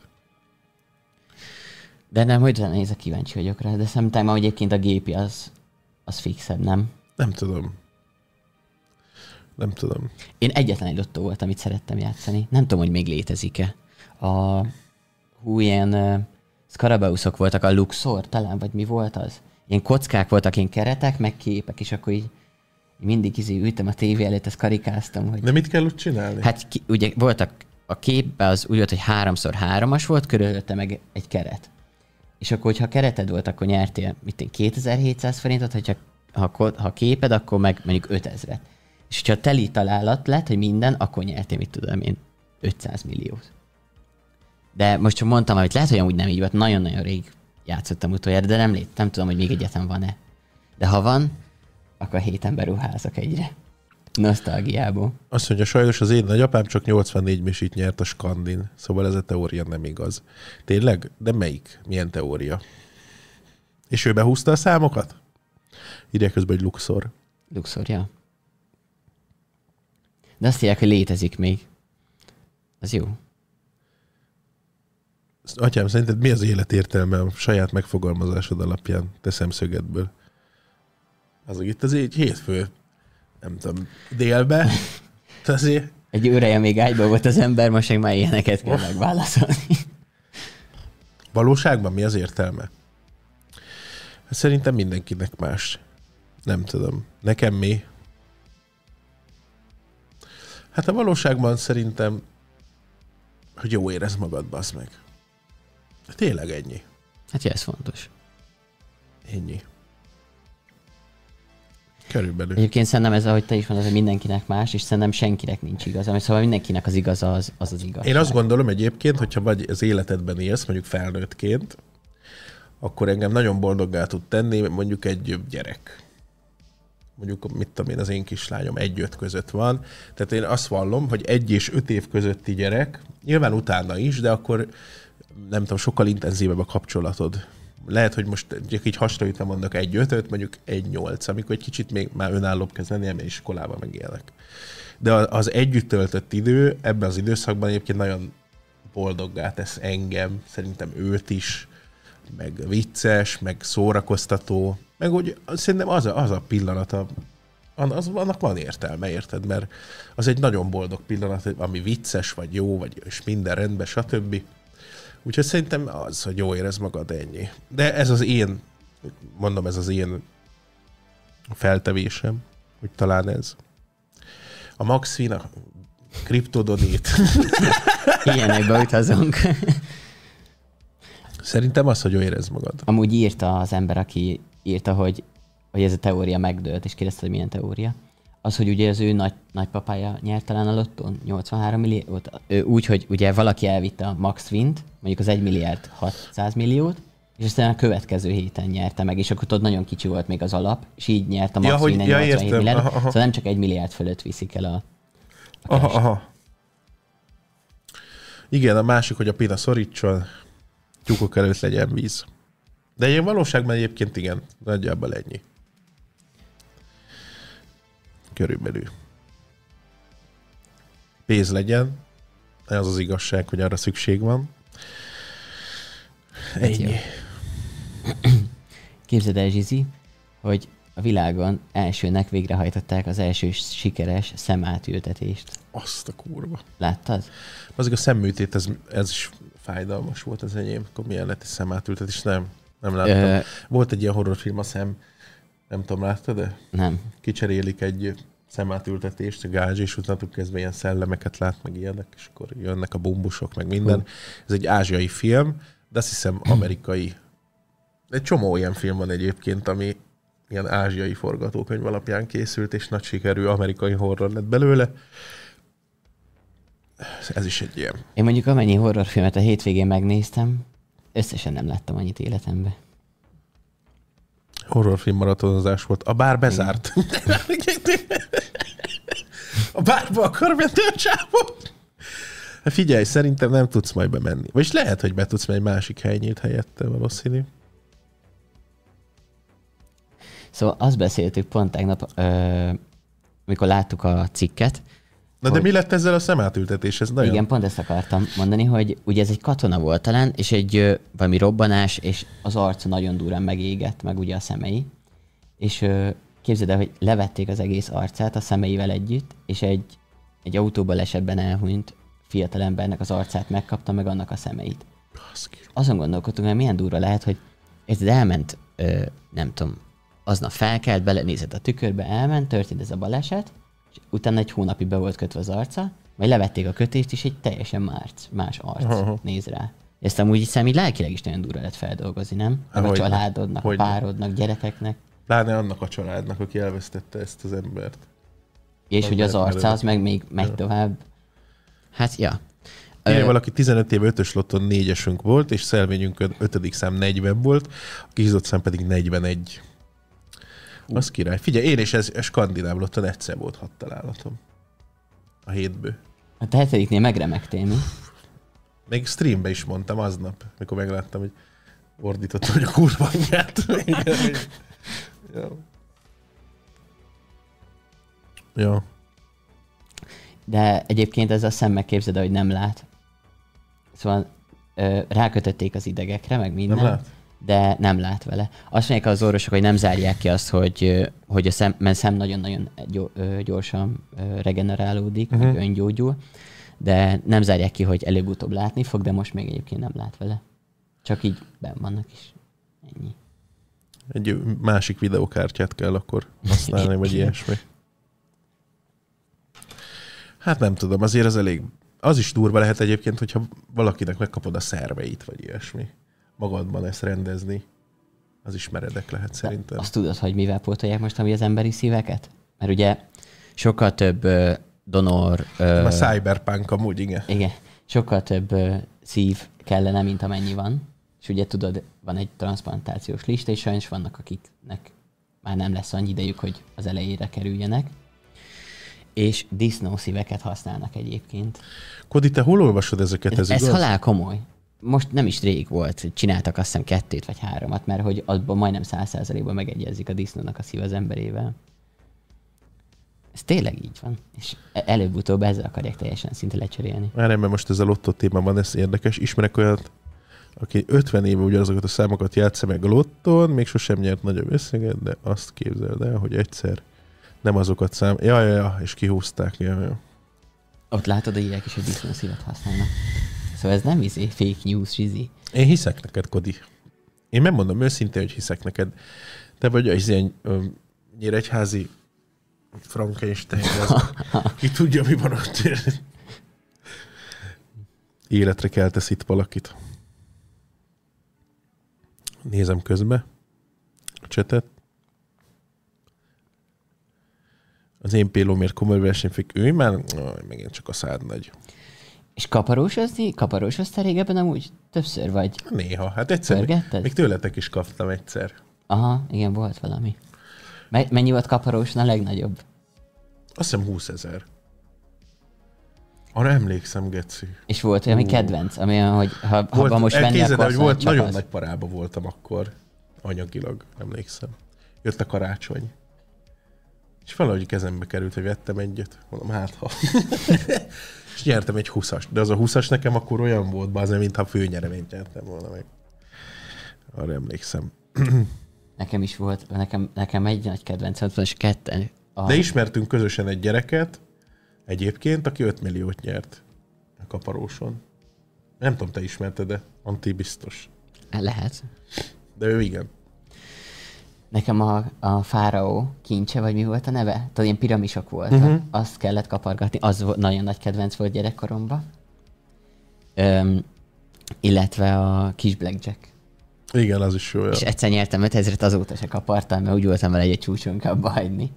De nem, hogy néz, a kíváncsi vagyok rá. De szerintem egyébként a gépi az fixebb, nem?
Nem tudom.
Én egyetlen egy lottó volt, amit szerettem játszani. Nem tudom, hogy még létezik-e. Ilyen Scarabeuszok voltak, a Luxor talán, vagy mi volt az? Ilyen kockák voltak, ilyen keretek, meg képek, és akkor így mindig ültem a tévé előtt, ezt karikáztam. Hogy...
De mit kell úgy csinálni?
Hát ugye voltak a képben, az úgy volt, hogy 3x3-as volt, körülötte meg egy keret. És akkor, hogyha kereted volt, akkor nyertél 2700 forintot, hogyha ha képed, akkor meg mondjuk 5000-et. És hogyha teli találat lett, hogy minden, akkor nyertél, 500 milliót. De most csak mondtam, hogy lehet, hogy amúgy nem így volt, nagyon-nagyon rég játszottam utoljára, de nem tudom, hogy még egyetem van-e. De ha van, akkor héten beruházok egyre. Nosztalgiából.
Azt mondja, sajnos az én nagyapám csak 84 misit nyert a Skandin, szóval ez a teória nem igaz. Tényleg? De melyik? Milyen teória? És ő behúzta a számokat? Írják közben, hogy Luxor.
Luxor, ja. De azt írják, hogy létezik még. Az jó.
Atyám, szerinted mi az élet értelme a saját megfogalmazásod alapján, te szemszögedből? Azok itt azért hétfő, nem tudom, délbe. Azért...
Egy órája még ágyban volt az ember, most már ilyeneket kell megválaszolni.
Valóságban mi az értelme? Hát szerintem mindenkinek más. Nem tudom. Nekem mi? Hát a valóságban szerintem, hogy jó érezd magad, bazd meg. Tényleg ennyi.
Hát ja, ez fontos.
Ennyi. Körülbelül.
Egyébként szerintem ez, ahogy te is mondod, hogy mindenkinek más, és szerintem senkinek nincs igaza. Szóval mindenkinek az igaza az igazság.
Én azt gondolom egyébként, hogyha vagy az életedben élsz, mondjuk felnőttként, akkor engem nagyon boldoggá tud tenni mondjuk egy gyerek. Mondjuk, mit tudom én, az én kislányom 1-5 között van. Tehát én azt vallom, hogy 1 és 5 év közötti gyerek, nyilván utána is, de akkor nem tudom, sokkal intenzívebb a kapcsolatod. Lehet, hogy most így hasraütve mondok 1-5-öt, mondjuk 1-8, amikor egy kicsit még már önállóbb kezd lenni, mert iskolában megélnek. De az együtt töltött idő ebben az időszakban egyébként nagyon boldoggá tesz engem, szerintem őt is, meg vicces, meg szórakoztató, meg úgy szerintem az a pillanata annak van értelme, érted? Mert az egy nagyon boldog pillanat, ami vicces, vagy jó, vagy és minden rendben, stb. Úgyhogy szerintem az, hogy jó érez magad, ennyi. De ez az én feltevésem, hogy talán ez. A Maxfin, a kriptodonét.
Ilyenekbe utazunk.
Szerintem az, hogy jó érez magad.
Amúgy írta az ember, aki írta, hogy ez a teória megdőlt, és kérdezte, hogy milyen teória. Az, hogy ugye az ő nagypapája nyert talán a lottón 83 milliót, úgy, hogy ugye valaki elvitte a Maxfint, mondjuk az 1 milliárd 600 milliót, és aztán a következő héten nyerte meg, és akkor tudod, nagyon kicsi volt még az alap, és így nyert a Maxfin 87 milliárd. Szóval nem csak 1 milliárd fölött viszik el a
aha. Igen, a másik, hogy a pina szorítson, tyúkok előtt legyen víz. De ilyen valóságban egyébként igen, nagyjából ennyi. Körülbelül. Pénz legyen, ez az igazság, hogy arra szükség van. Ennyi.
Képzeld el, Zsizi, hogy a világon elsőnek végrehajtották az első sikeres szemátültetést.
Azt a kurva.
Láttad?
Azért a szemműtét, ez is fájdalmas volt az enyém. Akkor milyen lett egy szemátültetés? Nem láttam. Volt egy ilyen horrorfilm, a nem tudom, láttad, de?
Nem.
Kicserélik egy szemátültetést, a gázs, és utána kezdve ilyen szellemeket lát, meg ilyenek, és akkor jönnek a bumbusok, meg minden. Ez egy ázsiai film, de azt hiszem amerikai. Egy csomó ilyen film van egyébként, ami ilyen ázsiai forgatókönyv alapján készült, és nagy sikerű amerikai horror lett belőle. Ez is egy ilyen.
Én mondjuk amennyi horrorfilmet a hétvégén megnéztem, összesen nem láttam annyit életembe.
Horrorfilm maratonozás volt. A bár bezárt. A bárba akar menni a csávó. Figyelj, szerintem nem tudsz majd bemenni. Vagyis lehet, hogy be tudsz, mert egy másik hely nyílt helyette valószínű.
Szóval azt beszéltük pont tegnap, mikor láttuk a cikket.
Na de mi lett ezzel a szemátültetés? Ez nagyon...
Igen, pont ezt akartam mondani, hogy ugye ez egy katona volt talán, és egy valami robbanás, és az arca nagyon durán megégett, meg ugye a szemei. És képzeld el, hogy levették az egész arcát a szemeivel együtt, és egy autóbalesetben elhunyt fiatalembernek az arcát megkapta, meg annak a szemeit. Azon gondolkodtunk, hogy milyen durva lehet, hogy ez elment, nem tudom, aznap felkelt, belenézett a tükörbe, elment, történt ez a baleset, és utána egy hónapig be volt kötve az arca, majd levették a kötést, és egy teljesen más arc néz rá. Ezt amúgy hiszem, így lelkileg is nagyon durva lett feldolgozni, nem? Meg a családodnak, a párodnak, gyerekeknek.
Pláne annak a családnak, aki elvesztette ezt az embert.
És hogy az arca az meg még megy tovább. Hát, ja.
Igen, valaki 15 éve 5-ös lotton 4-esünk volt, és szelvényünkön 5. szám 40 volt, a kihizott szám pedig 41. Az király. Figyelj, én és ez skandináv lotton egyszer volt 6 találatom. A 7-ből.
A 7-nél megremegtél, mi?
Még streambe is mondtam aznap, mikor megláttam, hogy ordítottam, hogy a kurva anyját. Ja.
De egyébként ez a szemmel képzeld, hogy nem lát. Szóval rákötötték az idegekre, meg minden.
Nem lát?
De nem lát vele. Azt mondják az orvosok, hogy nem zárják ki azt, hogy a szem nagyon-nagyon gyorsan regenerálódik, meg öngyógyul, de nem zárják ki, hogy előbb-utóbb látni fog, de most még egyébként nem lát vele. Csak így benn vannak is. Ennyi.
Egy másik videókártyát kell akkor használni, vagy ilyesmi. Hát nem tudom, azért az elég... Az is durva lehet egyébként, hogyha valakinek megkapod a szerveit, vagy ilyesmi. Magadban ezt rendezni. Az is meredek lehet szerintem.
Azt tudod, hogy mivel pótolják most az emberi szíveket? Mert ugye sokkal több donor...
A cyberpunk amúgy, igen.
Igen. Sokkal több szív kellene, mint amennyi van. És ugye tudod, van egy transplantációs lista, és sajnos vannak, akiknek már nem lesz annyi idejük, hogy az elejére kerüljenek. És disznószíveket használnak egyébként.
Kodi, te hol olvasod ezeket?
Ez halál komoly. Most nem is rég volt, csináltak azt hiszem 2 vagy 3, mert hogy abban majdnem 100%-ban megegyezik a disznónak a szív az emberével. Ez tényleg így van. És előbb-utóbb ezzel akarják teljesen szinte lecserélni.
Már nem, mert most ez a lottó témában ez érdekes. Ismerek olyat, aki 50 éve ugyanazokat a számokat játsza meg a lottón, még sosem nyert nagyobb összeget, de azt képzeld el, hogy egyszer Nem azokat szám. Ja, és kihúzták. Ja.
Ott látod, hogy ilyenek is egy disznószívat használnak. Szóval ez nem fake news, Zsizi.
Én hiszek neked, Kodi. Én megmondom őszintén, hogy hiszek neked. Te vagy az ilyen nyíregyházi Frankenstein. Ki tudja, mi van ott. Életre keltesz itt valakit. Nézem közbe a csetet. Az én pélómért komoly versenyfék. Ő már megint csak a szád nagy.
És kaparósoztál régebben amúgy többször vagy?
Néha. Hát egyszer.
Pörgetted?
Még tőletek is kaptam egyszer.
Aha, igen, volt valami. Mennyi volt kaparóson a legnagyobb?
Azt hiszem 20 000. Arra emlékszem, geci.
És volt olyan, ami kedvenc, ami olyan, hogy ha most venni, akkor
hogy volt, nagyon
az.
nagy parába voltam akkor, anyagilag, emlékszem. Jött a karácsony. És valahogy kezembe került, hogy vettem egyet. Mondom, hát ha. És nyertem egy 20-as. De az a 20-as nekem akkor olyan volt, bazen, mintha főnyereményt nyertem volna meg. Arra emlékszem.
Nekem is volt, nekem egy nagy kedvencem, és ketten.
De ismertünk közösen egy gyereket, egyébként, aki 5 milliót nyert a kaparóson. Nem tudom, te ismerted-e? Antti biztos.
Lehet.
De ő igen.
Nekem a fáraó kincse, vagy mi volt a neve? Tudod, ilyen piramisok voltak. Azt kellett kapargatni. Az nagyon nagy kedvenc volt gyerekkoromban. Illetve a kis blackjack.
Igen, az is jó.
És egyszer nyertem 5000-et, azóta se kapartam, mert úgy voltam vele egy csúcson kell abba hagyni.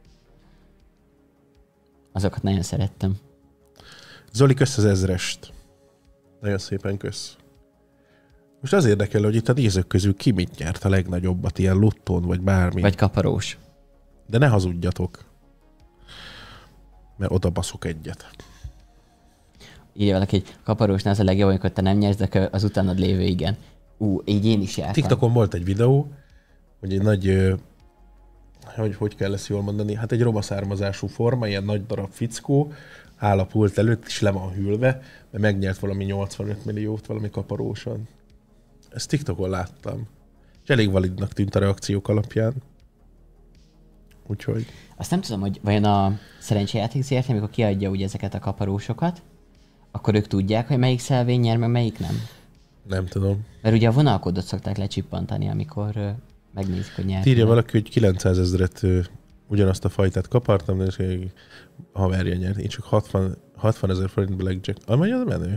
Azokat nagyon szerettem.
Zoli, kösz az 1000-est. Nagyon szépen kösz. Most az érdekel, hogy itt a nézők közül ki mit nyert a legnagyobbat, ilyen lottón, vagy bármi.
Vagy kaparós.
De ne hazudjatok. Mert oda baszok egyet.
Írja valaki, hogy kaparósnál az a legjobb, amikor te nem nyersz, de az utánad lévő igen. Így én is jártam.
TikTokon volt egy videó, hogy egy nagy, hogy kell ezt jól mondani, hát egy roma származású forma, ilyen nagy darab fickó, áll a pult előtt, és le van hűlve, mert megnyert valami 85 milliót valami kaparóson. Ezt TikTokon láttam. És elég validnak tűnt a reakciók alapján. Úgyhogy...
Azt nem tudom, hogy vajon a szerencsejáték ZRT, amikor kiadja ugye ezeket a kaparósokat, akkor ők tudják, hogy melyik szelvény nyer, meg melyik nem?
Nem tudom.
Mert ugye a vonalkódot szokták lecsippantani, amikor megnézik, hogy nyert.
Írja valaki, hogy 900 000 ugyanazt a fajtát kapartam, de haverja nyert. Én csak 60 000 forint blackjack. Amely az menő.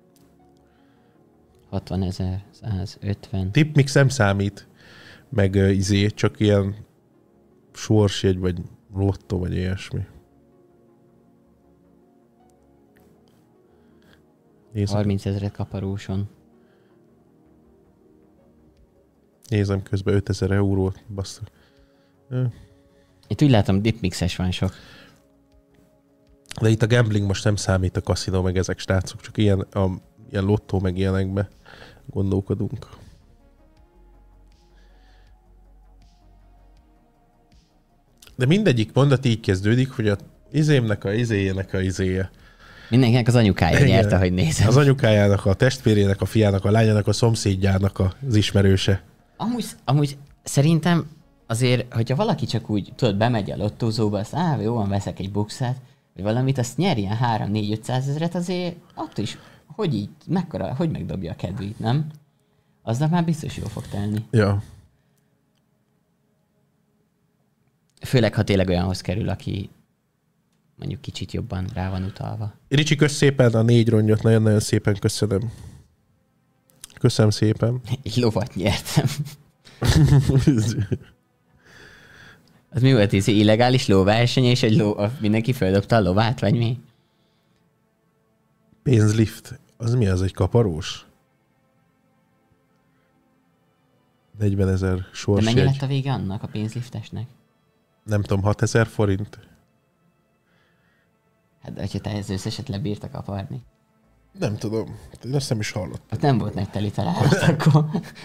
60 150.
Tipmix nem számít, meg csak ilyen sorsjegy, vagy lottó, vagy ilyesmi.
30 000 kaparóson.
Nézem közben 5000 eurót, basszus.
Itt úgy látom, dipmixes van sok.
De itt a gambling most nem számít, a kaszinó, meg ezek srácok, csak ilyen lottó, meg ilyenekbe gondolkodunk. De mindegyik mondat így kezdődik, hogy a izémnek a izéje.
Mindenkinek az anyukája nyerte, hogy nézem.
Az anyukájának, a testvérének, a fiának, a lányának, a szomszédjának az ismerőse.
Amúgy szerintem azért, hogyha valaki csak úgy, tudod, bemegy a lottózóba, azt jó van, veszek egy bukszát, vagy valamit, azt nyer ilyen 3-4-500 ezeret, azért attól is, hogy így, mekkora, hogy megdobja a kedvét, nem? Aznap már biztos jól fog telni.
Ja.
Főleg, ha tényleg olyanhoz kerül, aki mondjuk kicsit jobban rá van utalva.
Ricsi, kösz szépen a 4 rongyot, nagyon-nagyon szépen köszönöm. Köszönöm szépen.
Egy lovat nyertem. Az mi volt ez? Illegális lóverseny, és mindenki földobta a lovát, vagy mi?
Pénzlift. Az mi az, egy kaparós? 40 000 sorsjegy.
De mennyi lett a vége annak, a pénzliftesnek?
Nem tudom, 6 000 forint.
Hát, hogyha te ez összeset lebírta kaparni.
Nem tudom. Én azt nem is hallottam.
Ott nem volt teli találat akkor.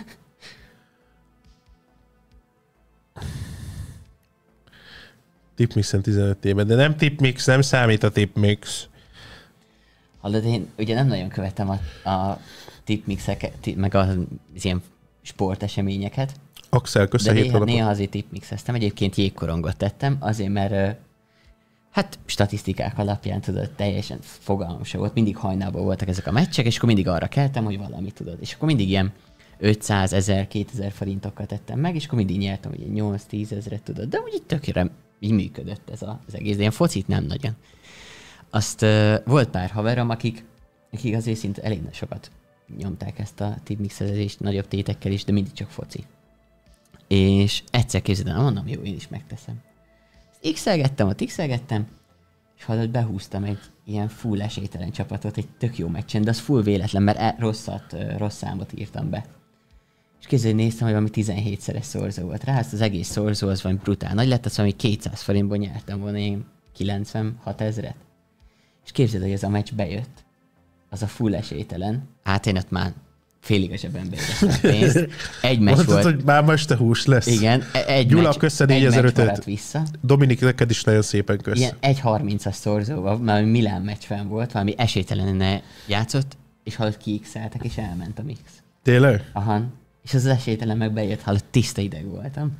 Tipmixen 15 éven, de nem Tipmix, nem számít a Tipmix.
Hallod, én ugye nem nagyon követem a tipmixeket, meg az ilyen sporteseményeket.
Axel, köszi a
De
7 hónapot.
néha azért tipmixeztem. Egyébként jégkorongot tettem, azért mert hát statisztikák alapján, tudod, teljesen fogalmam se volt. Mindig hajnalban voltak ezek a meccsek, és akkor mindig arra keltem, hogy valamit tudod. És akkor mindig ilyen 500, 1000, 2000 forintokkal tettem meg, és akkor mindig nyertem, hogy 8-10 ezeret, tudod. De úgy így tökére így működött ez az egész. De ilyen focit nem nagyon. Azt volt pár haverom, akik azért szinte elég sokat nyomták ezt a tipmixezést, nagyobb tétekkel is, de mindig csak foci. És egyszer képzeld, mondom, jó, én is megteszem. X-elgettem, és hallod, behúztam egy ilyen full esélytelen csapatot, egy tök jó meccsen, de az full véletlen, mert rossz számot írtam be. És képzeld, néztem, hogy valami 17-szeres szorzó volt rá, az egész szorzó az valami brutál nagy lett, azt valami 200 forintból nyertem volna én 96 ezeret. És képzeld, hogy ez a meccs bejött. Az a full esélytelen. Hát én ott már félig a zsebembe éreztem a pénzt. Egy meccs
Mondtad,
volt.
hogy már ma este hús lesz.
Igen,
Gyula, köszi 4500-öt.
maradt vissza.
Dominik, neked is nagyon szépen kösz.
Ilyen 1.30-as szorzóval, mert Milán meccs fenn volt, valami esélytelenen játszott, és hallott kiixeltek, és elment a mix.
Tényleg?
Aha. És az esélytelen meg bejött, hallott, tiszta ideg voltam.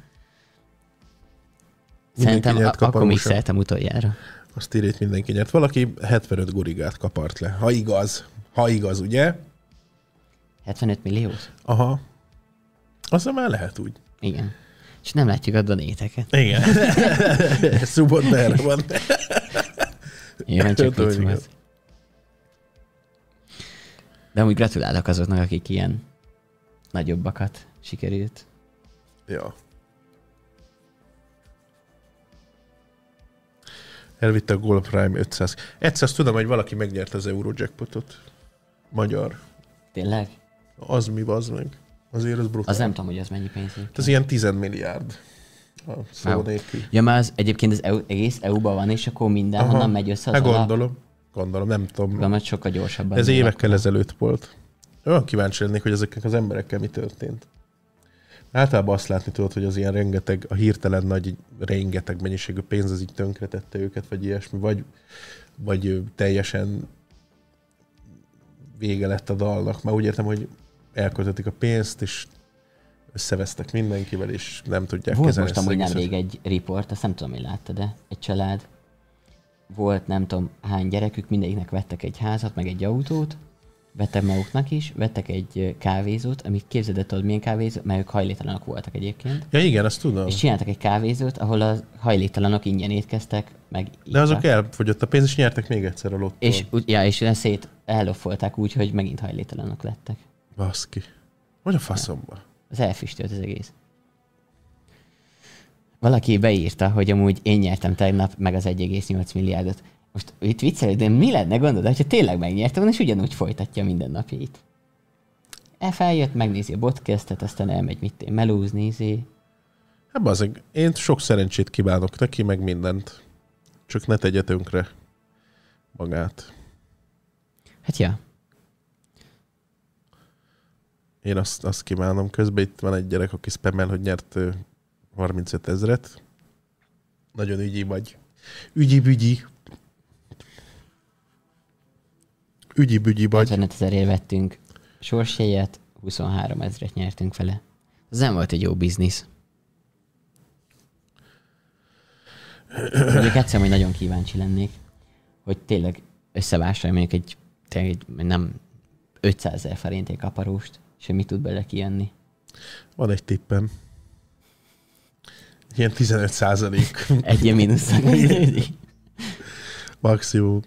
Szerintem akkor mixeltem utoljára.
Azt írja, hogy mindenki nyert. Valaki 75 gurigát kapart le. Ha igaz, ugye?
75 milliót?
Aha. Aztán már lehet úgy.
Igen. És nem látjuk a donéteket.
Igen. Szubott erre van.
Igen, csak vicc volt. De amúgy gratulálok azoknak, akik ilyen nagyobbakat sikerült.
Ja. Elvitte a Gold Prime 500. Egyszer tudom, hogy valaki megnyerte az Eurojackpotot. Magyar.
Tényleg?
Az mi, bazd meg? Azért az brutál.
Az nem tudom, hogy az mennyi pénz.
Ez ilyen 10 milliárd. A szó nélkül.
Ja, már az egyébként az egész EU-ban van, és akkor mindenhonnan megy össze az
Gondolom, nem tudom.
Gondolom, sokkal gyorsabban.
Ez évekkel ezelőtt volt. Olyan kíváncsi lennék, hogy ezeknek az emberekkel mi történt. Általában azt látni tudod, hogy az ilyen rengeteg, a hirtelen nagy, rengeteg mennyiségű pénz az így tönkretette őket, vagy ilyesmi, vagy teljesen vége lett a dalnak. Már úgy értem, hogy elköltötték a pénzt, és összevesztek mindenkivel, és nem tudják
volt
kezelni.
Volt most amúgy nemrég egy riport, azt nem tudom, hogy láttad, de egy család. Volt nem tudom hány gyerekük, mindegyiknek vettek egy házat, meg egy autót, vettek maguknak is, vettek egy kávézót, amit képzeld el, tudod milyen kávézót, mert ők hajléktalanok voltak egyébként.
Ja igen, azt tudom.
És csináltak egy kávézót, ahol a hajléktalanok ingyen étkeztek, meg
de azok elfogyott a pénz, és nyertek még egyszer a lottól.
És ellopfolták úgy, hogy megint hajléktalanok lettek.
Baszki. Hogy a faszomba?
Az elfüstölt az egész. Valaki beírta, hogy amúgy én nyertem tegnap meg az 1,8 milliárdot. Most itt viccelek, de mi lenne gondolod, hogyha tényleg megnyertem, és ugyanúgy folytatja minden napjait. Feljött, megnézi a podcastet, aztán elmegy melózni.
Hát bazeg, én sok szerencsét kívánok neki, meg mindent. Csak ne tegye tönkre magát.
Hát ja.
Én azt kívánom. Közben itt van egy gyerek, aki spammel, hogy nyert 35 000. Nagyon ügyi vagy. Ügyi-bügyi. Ügyi-bügyi vagy.
55 000-ért vettünk sorsjegyet, 23 000-et nyertünk vele. Ez nem volt egy jó biznisz. Mondjuk egyszer, hogy nagyon kíváncsi lennék, hogy tényleg összevásárolj mondjuk egy nem 500 000 forintért kaparóst, és hogy mit tud bele kijönni.
Van egy tippem. Ilyen 15%.
Egy ilyen mínusznak kezdődik.
Maximum.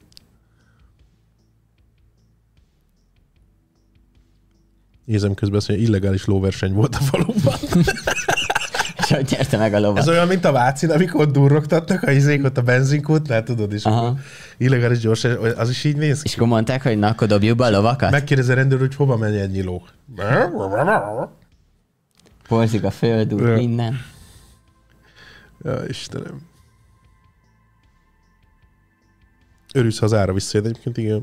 Nézem közben azt, hogy illegális lóverseny volt a faluban.
És hogy nyerte meg a lovat.
Ez olyan, mint a Vácin, amikor ott durrogtattak a izék ott a benzinkútnál, tudod is. Illegális gyorsan, az is így néz ki.
És akkor mondták, hogy na, akkor dobjuk be a lovakat?
Megkérdezi a rendőr, hogy hova megy ennyi ló.
Porzik a föld, úgy minden.
Ja, Istenem. Örülsz, ha az ára visszajön egyébként, igen.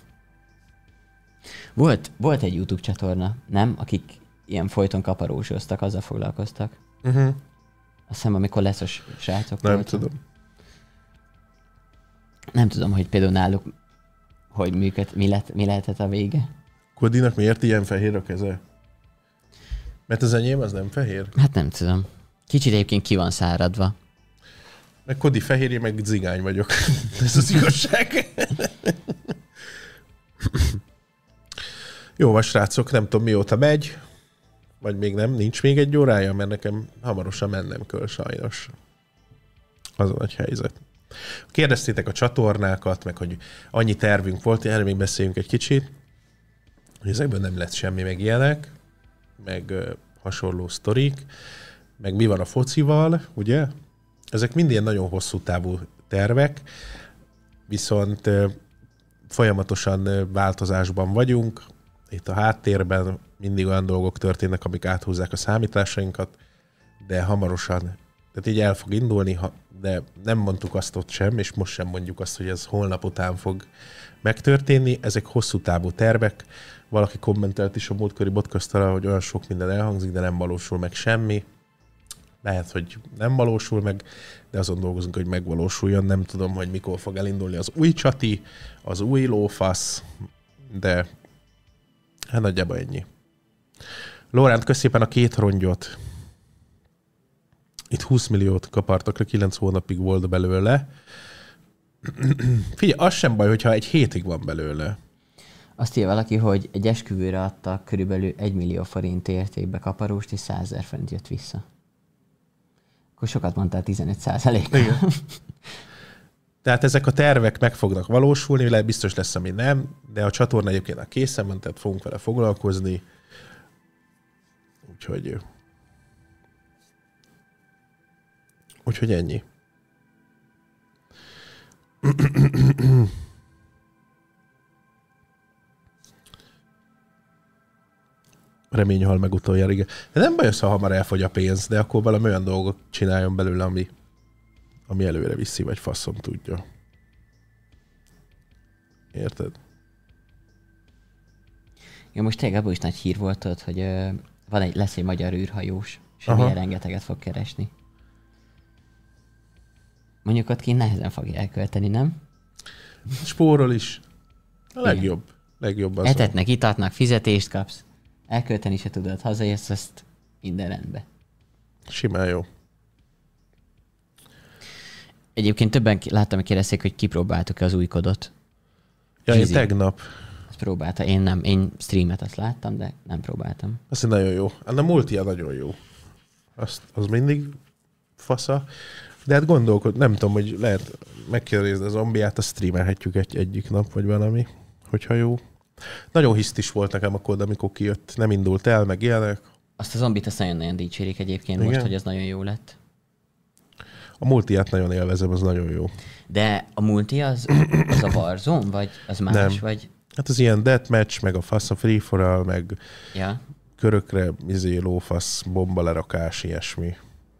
Volt egy YouTube csatorna, nem? Akik ilyen folyton kaparósoztak, azzal foglalkoztak. Azt hiszem, amikor leszos srácok
Nem
voltak.
tudom.
Nem tudom, hogy például náluk hogy működ, mi lehetett a vége.
Kodinak miért ilyen fehér a keze? Mert az enyém az nem fehér.
Hát nem tudom. Kicsit egyébként ki van száradva.
Meg Kodi fehérje, meg zigány vagyok. Ez az igazság. Jó van, srácok, nem tudom mióta megy, vagy még nem, nincs még egy órája, mert nekem hamarosan mennem kell sajnos. Az a nagy helyzet. Kérdeztétek a csatornákat, meg hogy annyi tervünk volt, erről még beszéljünk egy kicsit, hogy ezekből nem lett semmi, meg ilyenek, meg hasonló sztorik, meg mi van a focival, ugye? Ezek mind ilyen nagyon hosszú távú tervek, viszont folyamatosan változásban vagyunk, itt a háttérben mindig olyan dolgok történnek, amik áthúzzák a számításainkat, de hamarosan, tehát így el fog indulni, de nem mondtuk azt ott sem, és most sem mondjuk azt, hogy ez holnap után fog megtörténni. Ezek hosszú távú tervek. Valaki kommentelt is a múltkori podcasttal, hogy olyan sok minden elhangzik, de nem valósul meg semmi. Lehet, hogy nem valósul meg, de azon dolgozunk, hogy megvalósuljon. Nem tudom, hogy mikor fog elindulni az új csati, az új lófasz, de hát nagyjából ennyi. Lóránt, kösz szépen a 2 rongyot. Itt 20 milliót kapartak le, 9 hónapig volt belőle. Figyelj, az sem baj, hogyha egy hétig van belőle.
Azt írja valaki, hogy egy esküvőre adtak körülbelül 1 millió forint értékbe kaparóst, és 100 000 forint jött vissza. Akkor sokat mondtál, 15%.
Tehát ezek a tervek meg fognak valósulni, biztos lesz, ami nem, de a csatorna egyébként a készen van, tehát fogunk vele foglalkozni. Úgyhogy ennyi. Remény hal meg utoljára, igen. De nem baj az, ha hamar elfogy a pénz, de akkor valami olyan dolgot csináljon belőle, ami előre viszi, vagy faszom tudja. Érted?
Ja, most tényleg abból is nagy hír volt, tudod, hogy lesz egy magyar űrhajós, és milyen rengeteget fog keresni. Mondjuk ott kint nehezen fogja elkölteni, nem?
Spórol is. A legjobb. Legjobb az.
Etetnek, itatnak, fizetést kapsz. Elkölteni se tudod, hazajössz, azt minden rendben.
Simán jó.
Egyébként többen láttam, hogy kérdezték, hogy kipróbáltuk-e az új kodot.
Ja, én tegnap.
Azt próbálta, én nem. Én streamet azt láttam, de nem próbáltam.
Azt nagyon jó. A multia nagyon jó. Az mindig fasza. De hát nem tudom, hogy lehet megkérdezni a zombiát, azt streamelhetjük egyik nap, vagy valami, hogyha jó. Nagyon hisztis volt nekem a kód, amikor kijött. Nem indult el, meg ilyenek.
Azt a zombit azt nagyon-nagyon dicsérik egyébként. Igen? Most, hogy ez nagyon jó lett.
A multiát nagyon élvezem, az nagyon jó.
De a multi az a Warzone, vagy az más?
Nem.
Vagy?
Hát az ilyen deathmatch, meg a fasz, a free for all, meg körökre lófasz, bombalerakás, ilyesmi.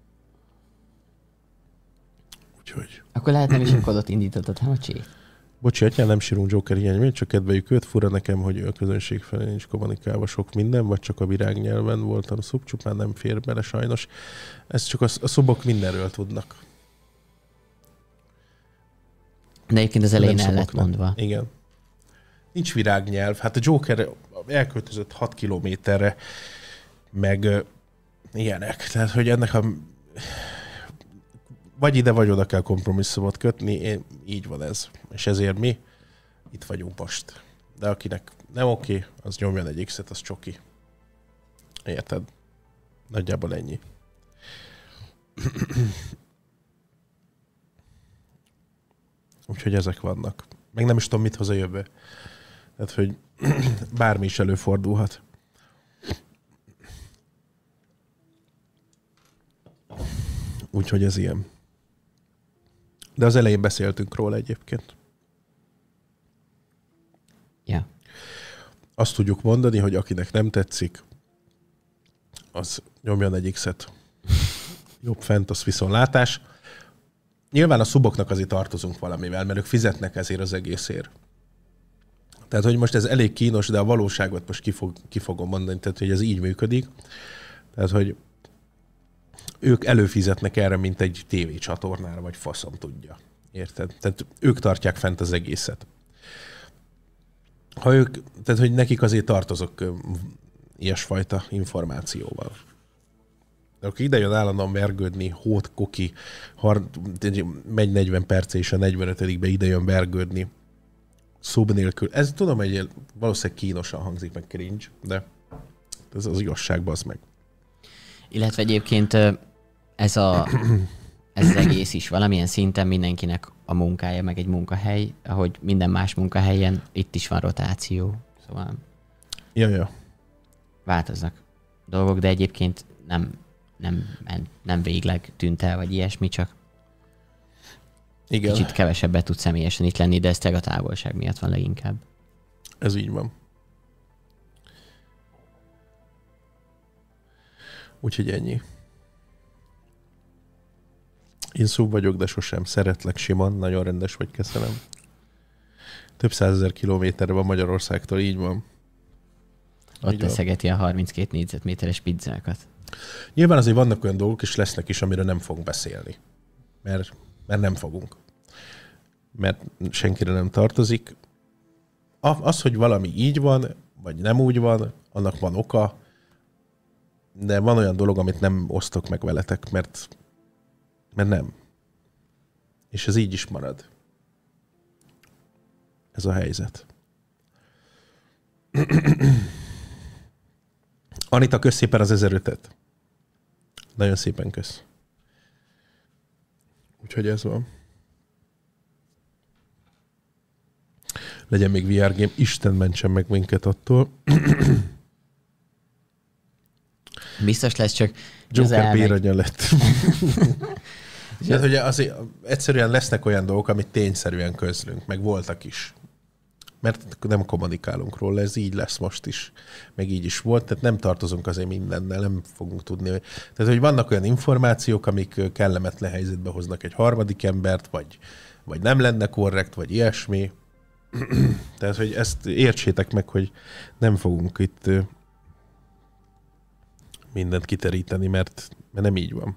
Úgyhogy.
Akkor lehet nem is a kodot indítottad, hanem a csét.
Bocsi, atyán, nem sírunk Joker ilyen, csak kedveljük őt. Fura nekem, hogy a közönség felé nincs kommunikálva sok minden, vagy csak a virágnyelven voltam a szub, csupán nem fér bele sajnos. Ez csak a szubok mindenről tudnak.
De egyébként az elején el lett mondva.
Igen. Nincs virágnyelv. Hát a Joker elköltözött 6 kilométerre, meg ilyenek. Tehát, hogy ennek a... Vagy ide, vagy oda kell kompromisszumot kötni, így van ez. És ezért mi itt vagyunk most. De akinek nem oké, az nyomjon egy X-et, az csoki. Érted? Nagyjából ennyi. Úgyhogy ezek vannak. Meg nem is tudom, mit hoz a jövő. Tehát, hogy bármi is előfordulhat. Úgyhogy ez ilyen. De az elején beszéltünk róla egyébként.
Ja.
Azt tudjuk mondani, hogy akinek nem tetszik, az nyomjon egy X-et. Jobb fent, az viszontlátás. Nyilván a szuboknak azért tartozunk valamivel, mert ők fizetnek ezért az egészért. Tehát, hogy most ez elég kínos, de a valóságot most ki fogom mondani, tehát, hogy ez így működik. Tehát, hogy ők előfizetnek erre, mint egy tévécsatornára, vagy faszom tudja. Érted? Tehát ők tartják fent az egészet. Tehát, hogy nekik azért tartozok ilyesfajta információval. De aki ide jön állandóan vergődni, hót, koki, megy 40 perc és a 45-be ide jön vergődni, szób nélkül. Ez tudom, hogy valószínűleg kínosan hangzik, meg cringe, de ez az igazság, bazd meg.
Illetve egyébként ez az egész is valamilyen szinten mindenkinek a munkája, meg egy munkahely, ahogy minden más munkahelyen, itt is van rotáció. Szóval
Ja.
változnak dolgok, de egyébként nem végleg tűnt el, vagy ilyesmi, csak
Igen.
kicsit kevesebbet tud személyesen itt lenni, de ez tényleg a távolság miatt van leginkább.
Ez így van. Úgyhogy ennyi. Én szúb vagyok, de sosem. Szeretlek, Simon. Nagyon rendes vagy, köszönöm. Több 100 000 kilométerre van Magyarországtól, így van.
Ott
így
teszegeti a 32 négyzetméteres pizzákat.
Nyilván azért vannak olyan dolgok, és lesznek is, amiről nem fogunk beszélni. Mert nem fogunk. Mert senkire nem tartozik. Az, hogy valami így van, vagy nem úgy van, annak van oka, de van olyan dolog, amit nem osztok meg veletek, mert nem. És ez így is marad. Ez a helyzet. Anita, kösz szépen az 1005-et. Nagyon szépen kösz. Úgyhogy ez van. Legyen még VR game. Isten mentsen meg minket attól.
Biztos lesz, csak
Joker béranya lett. Tehát, hogy azért egyszerűen lesznek olyan dolgok, amit tényszerűen közlünk, meg voltak is. Mert nem kommunikálunk róla, ez így lesz most is, meg így is volt, tehát nem tartozunk azért mindennel, nem fogunk tudni. Tehát, hogy vannak olyan információk, amik kellemetlen helyzetbe hoznak egy harmadik embert, vagy nem lenne korrekt, vagy ilyesmi. Tehát, hogy ezt értsétek meg, hogy nem fogunk itt mindent kiteríteni, mert nem így van.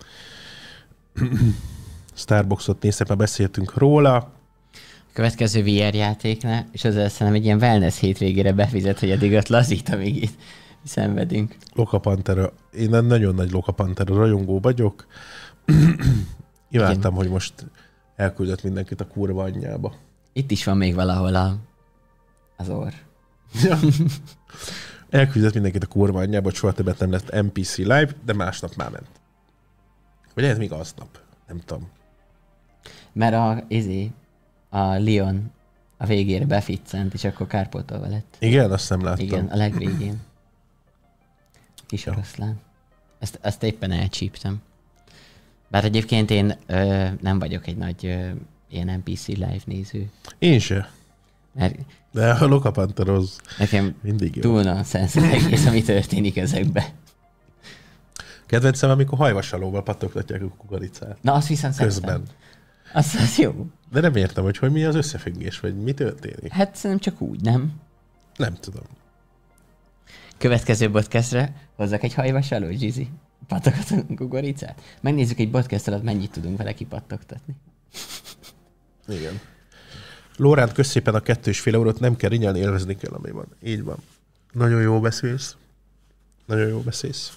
Starbucksot néztek, már beszéltünk róla.
Következő VR játéknál, és az szerintem egy ilyen wellness hétvégére befizet, hogy addig ott lazít, amíg itt szenvedünk.
Loka Pantera. Én nagyon nagy Loka Pantera rajongó vagyok. Imádtam, hogy most elküldött mindenkit a kurva anyjába.
Itt is van még valahol az orr.
Ja. Elküldött mindenkit a kurva anyjába, hogy soha többet nem lett NPC live, de másnap már ment. Vagy lehet még aznap. Nem tudom.
Mert a Leon a végére beficcent, és akkor kárpótolva lett.
Igen, azt nem láttam.
Igen, a legvégén. Kis oroszlán. Ezt éppen elcsíptem. Bár egyébként én nem vagyok egy nagy ilyen NPC live néző.
Én se.
Mert
de a Loka Panther az
nekem
mindig jó.
Túl nonsense az egész, ami történik ezekben.
Kedvencem, amikor hajvasalóval pattogtatják a kukoricát.
Na, azt viszont
közben.
Szeretem. Az jó.
De nem értem, hogy mi az összefüggés, vagy mi történik.
Hát szerintem csak úgy, nem?
Nem tudom.
Következő podcastre hozzak egy hajvasaló, Gizi. Pattogtatunk kukoricát. Megnézzük egy podcast alatt, mennyit tudunk vele kipattogtatni.
Igen. Lóránt, kösz szépen a 2,5 eurót, nem kell rinyelni, élvezni kell, ami van. Így van. Nagyon jó beszélsz. Nagyon jó beszélsz.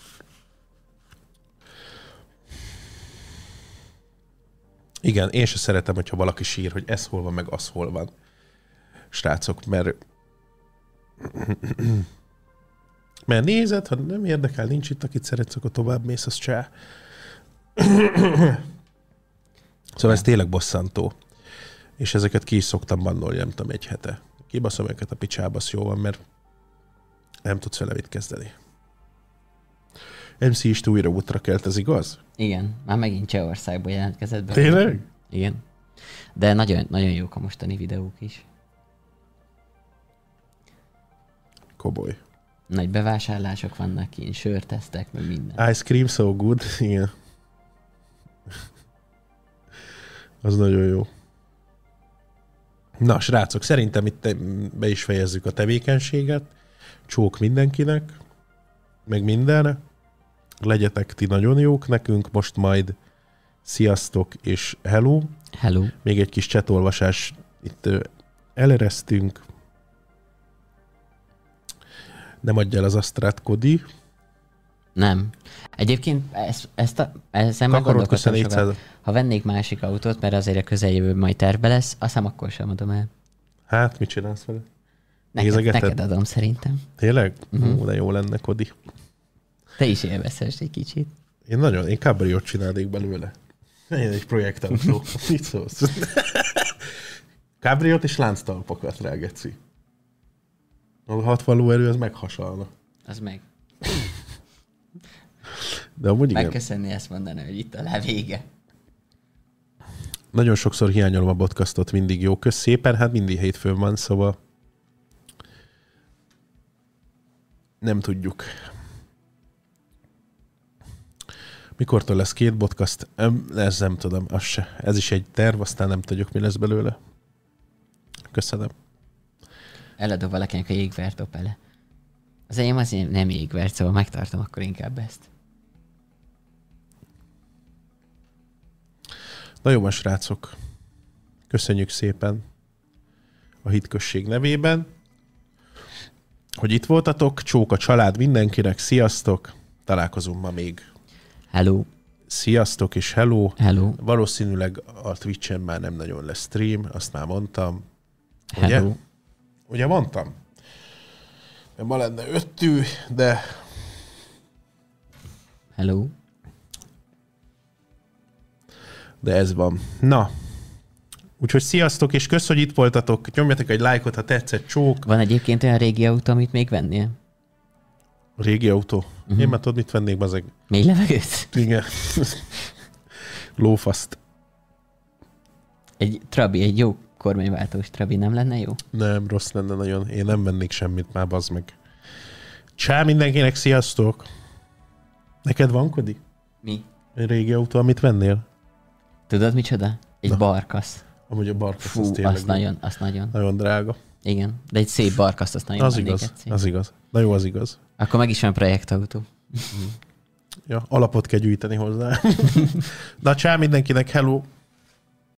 Igen, én se szeretem, hogyha valaki sír, hogy ez hol van, meg az hol van. Srácok, mert nézed, ha nem érdekel, nincs itt, akit szeretsz, akkor tovább mész, az csá. Szóval ez tényleg bosszantó. És ezeket ki is szoktam bannolni, nem tudom, egy hete. Kibaszom őket a picsába, az jó van, mert nem tudsz vele mit kezdeni. MC is újra útra kelt, ez igaz?
Igen, már megint Csehországból jelentkezett be.
Tényleg?
Igen. De nagyon, nagyon jók a mostani videók is.
Koboly.
Nagy bevásárlások vannak kint, sörtesztek, meg minden.
Ice cream so good. Igen. Az nagyon jó. Na, srácok, szerintem itt be is fejezzük a tevékenységet. Csók mindenkinek, meg mindenre. Legyetek ti nagyon jók nekünk, most majd sziasztok és hello.
Hello.
Még egy kis chatolvasás itt eleresztünk. Nem adja el az Astrát, Kodi.
Nem. Egyébként ezzel már gondolkodtam sokat. Ha vennék másik autót, mert azért a közeljövőben majd terve lesz, aztán akkor sem adom el.
Hát, mit csinálsz vele?
Neked adom szerintem.
Tényleg? De jó lenne, Kodi.
Te is élvezhess egy kicsit.
Én cabriót csinálnék belőle. Én egy projektautó. Mit szólsz? Cabriót és lánctalpakat rá, geci. A 60 lóerő, az meghasalna.
Az meg.
De amúgy igen.
Megköszönni ezt mondani, hogy itt a vége.
Nagyon sokszor hiányolom a podcastot, mindig jó. Kösz szépen, hát mindig hétfőn van, szóval nem tudjuk. Mikortól lesz 2 podcast? Ez nem tudom, az se. Ez is egy terv, aztán nem tudjuk, mi lesz belőle. Köszönöm.
Eladom valakinek a jégvert Opele. Az enyém azért nem jégvert, szóval megtartom akkor inkább ezt.
Na jó, srácok. Köszönjük szépen a Hitközség nevében, hogy itt voltatok. Csók a család mindenkinek. Sziasztok. Találkozunk ma még.
Hello.
Sziasztok és hello.
Hello.
Valószínűleg a Twitch-en már nem nagyon lesz stream, azt már mondtam.
Hello.
Ugye mondtam? Ma lenne 5 tű, de...
Hello.
De ez van. Na. Úgyhogy sziasztok, és kösz, hogy itt voltatok. Nyomjatok egy lájkot, ha tetszett, csók.
Van egyébként olyan régi autó, amit még vennél?
Régi autó? Én már tudod, mit vennék, bazeg?
Mély levegőt?
Igen. Lófaszt.
Egy Trabi, egy jó kormányváltós Trabi nem lenne jó?
Nem, rossz lenne nagyon. Én nem vennék semmit már, bazd meg. Csá mindenkinek, sziasztok. Neked van, Kodi?
Mi?
Egy régi autó, amit vennél?
Tudod micsoda? Egy barkasz.
Amúgy a barkasz,
Fú,
az tényleg
azt nagyon.
Nagyon drága.
Igen, de egy szép barkaszt, azt nagyon
Az igaz, az igaz. Na jó, az igaz.
Akkor meg is van projektautó.
Ja, alapot kell gyűjteni hozzá. Na csá mindenkinek, hello!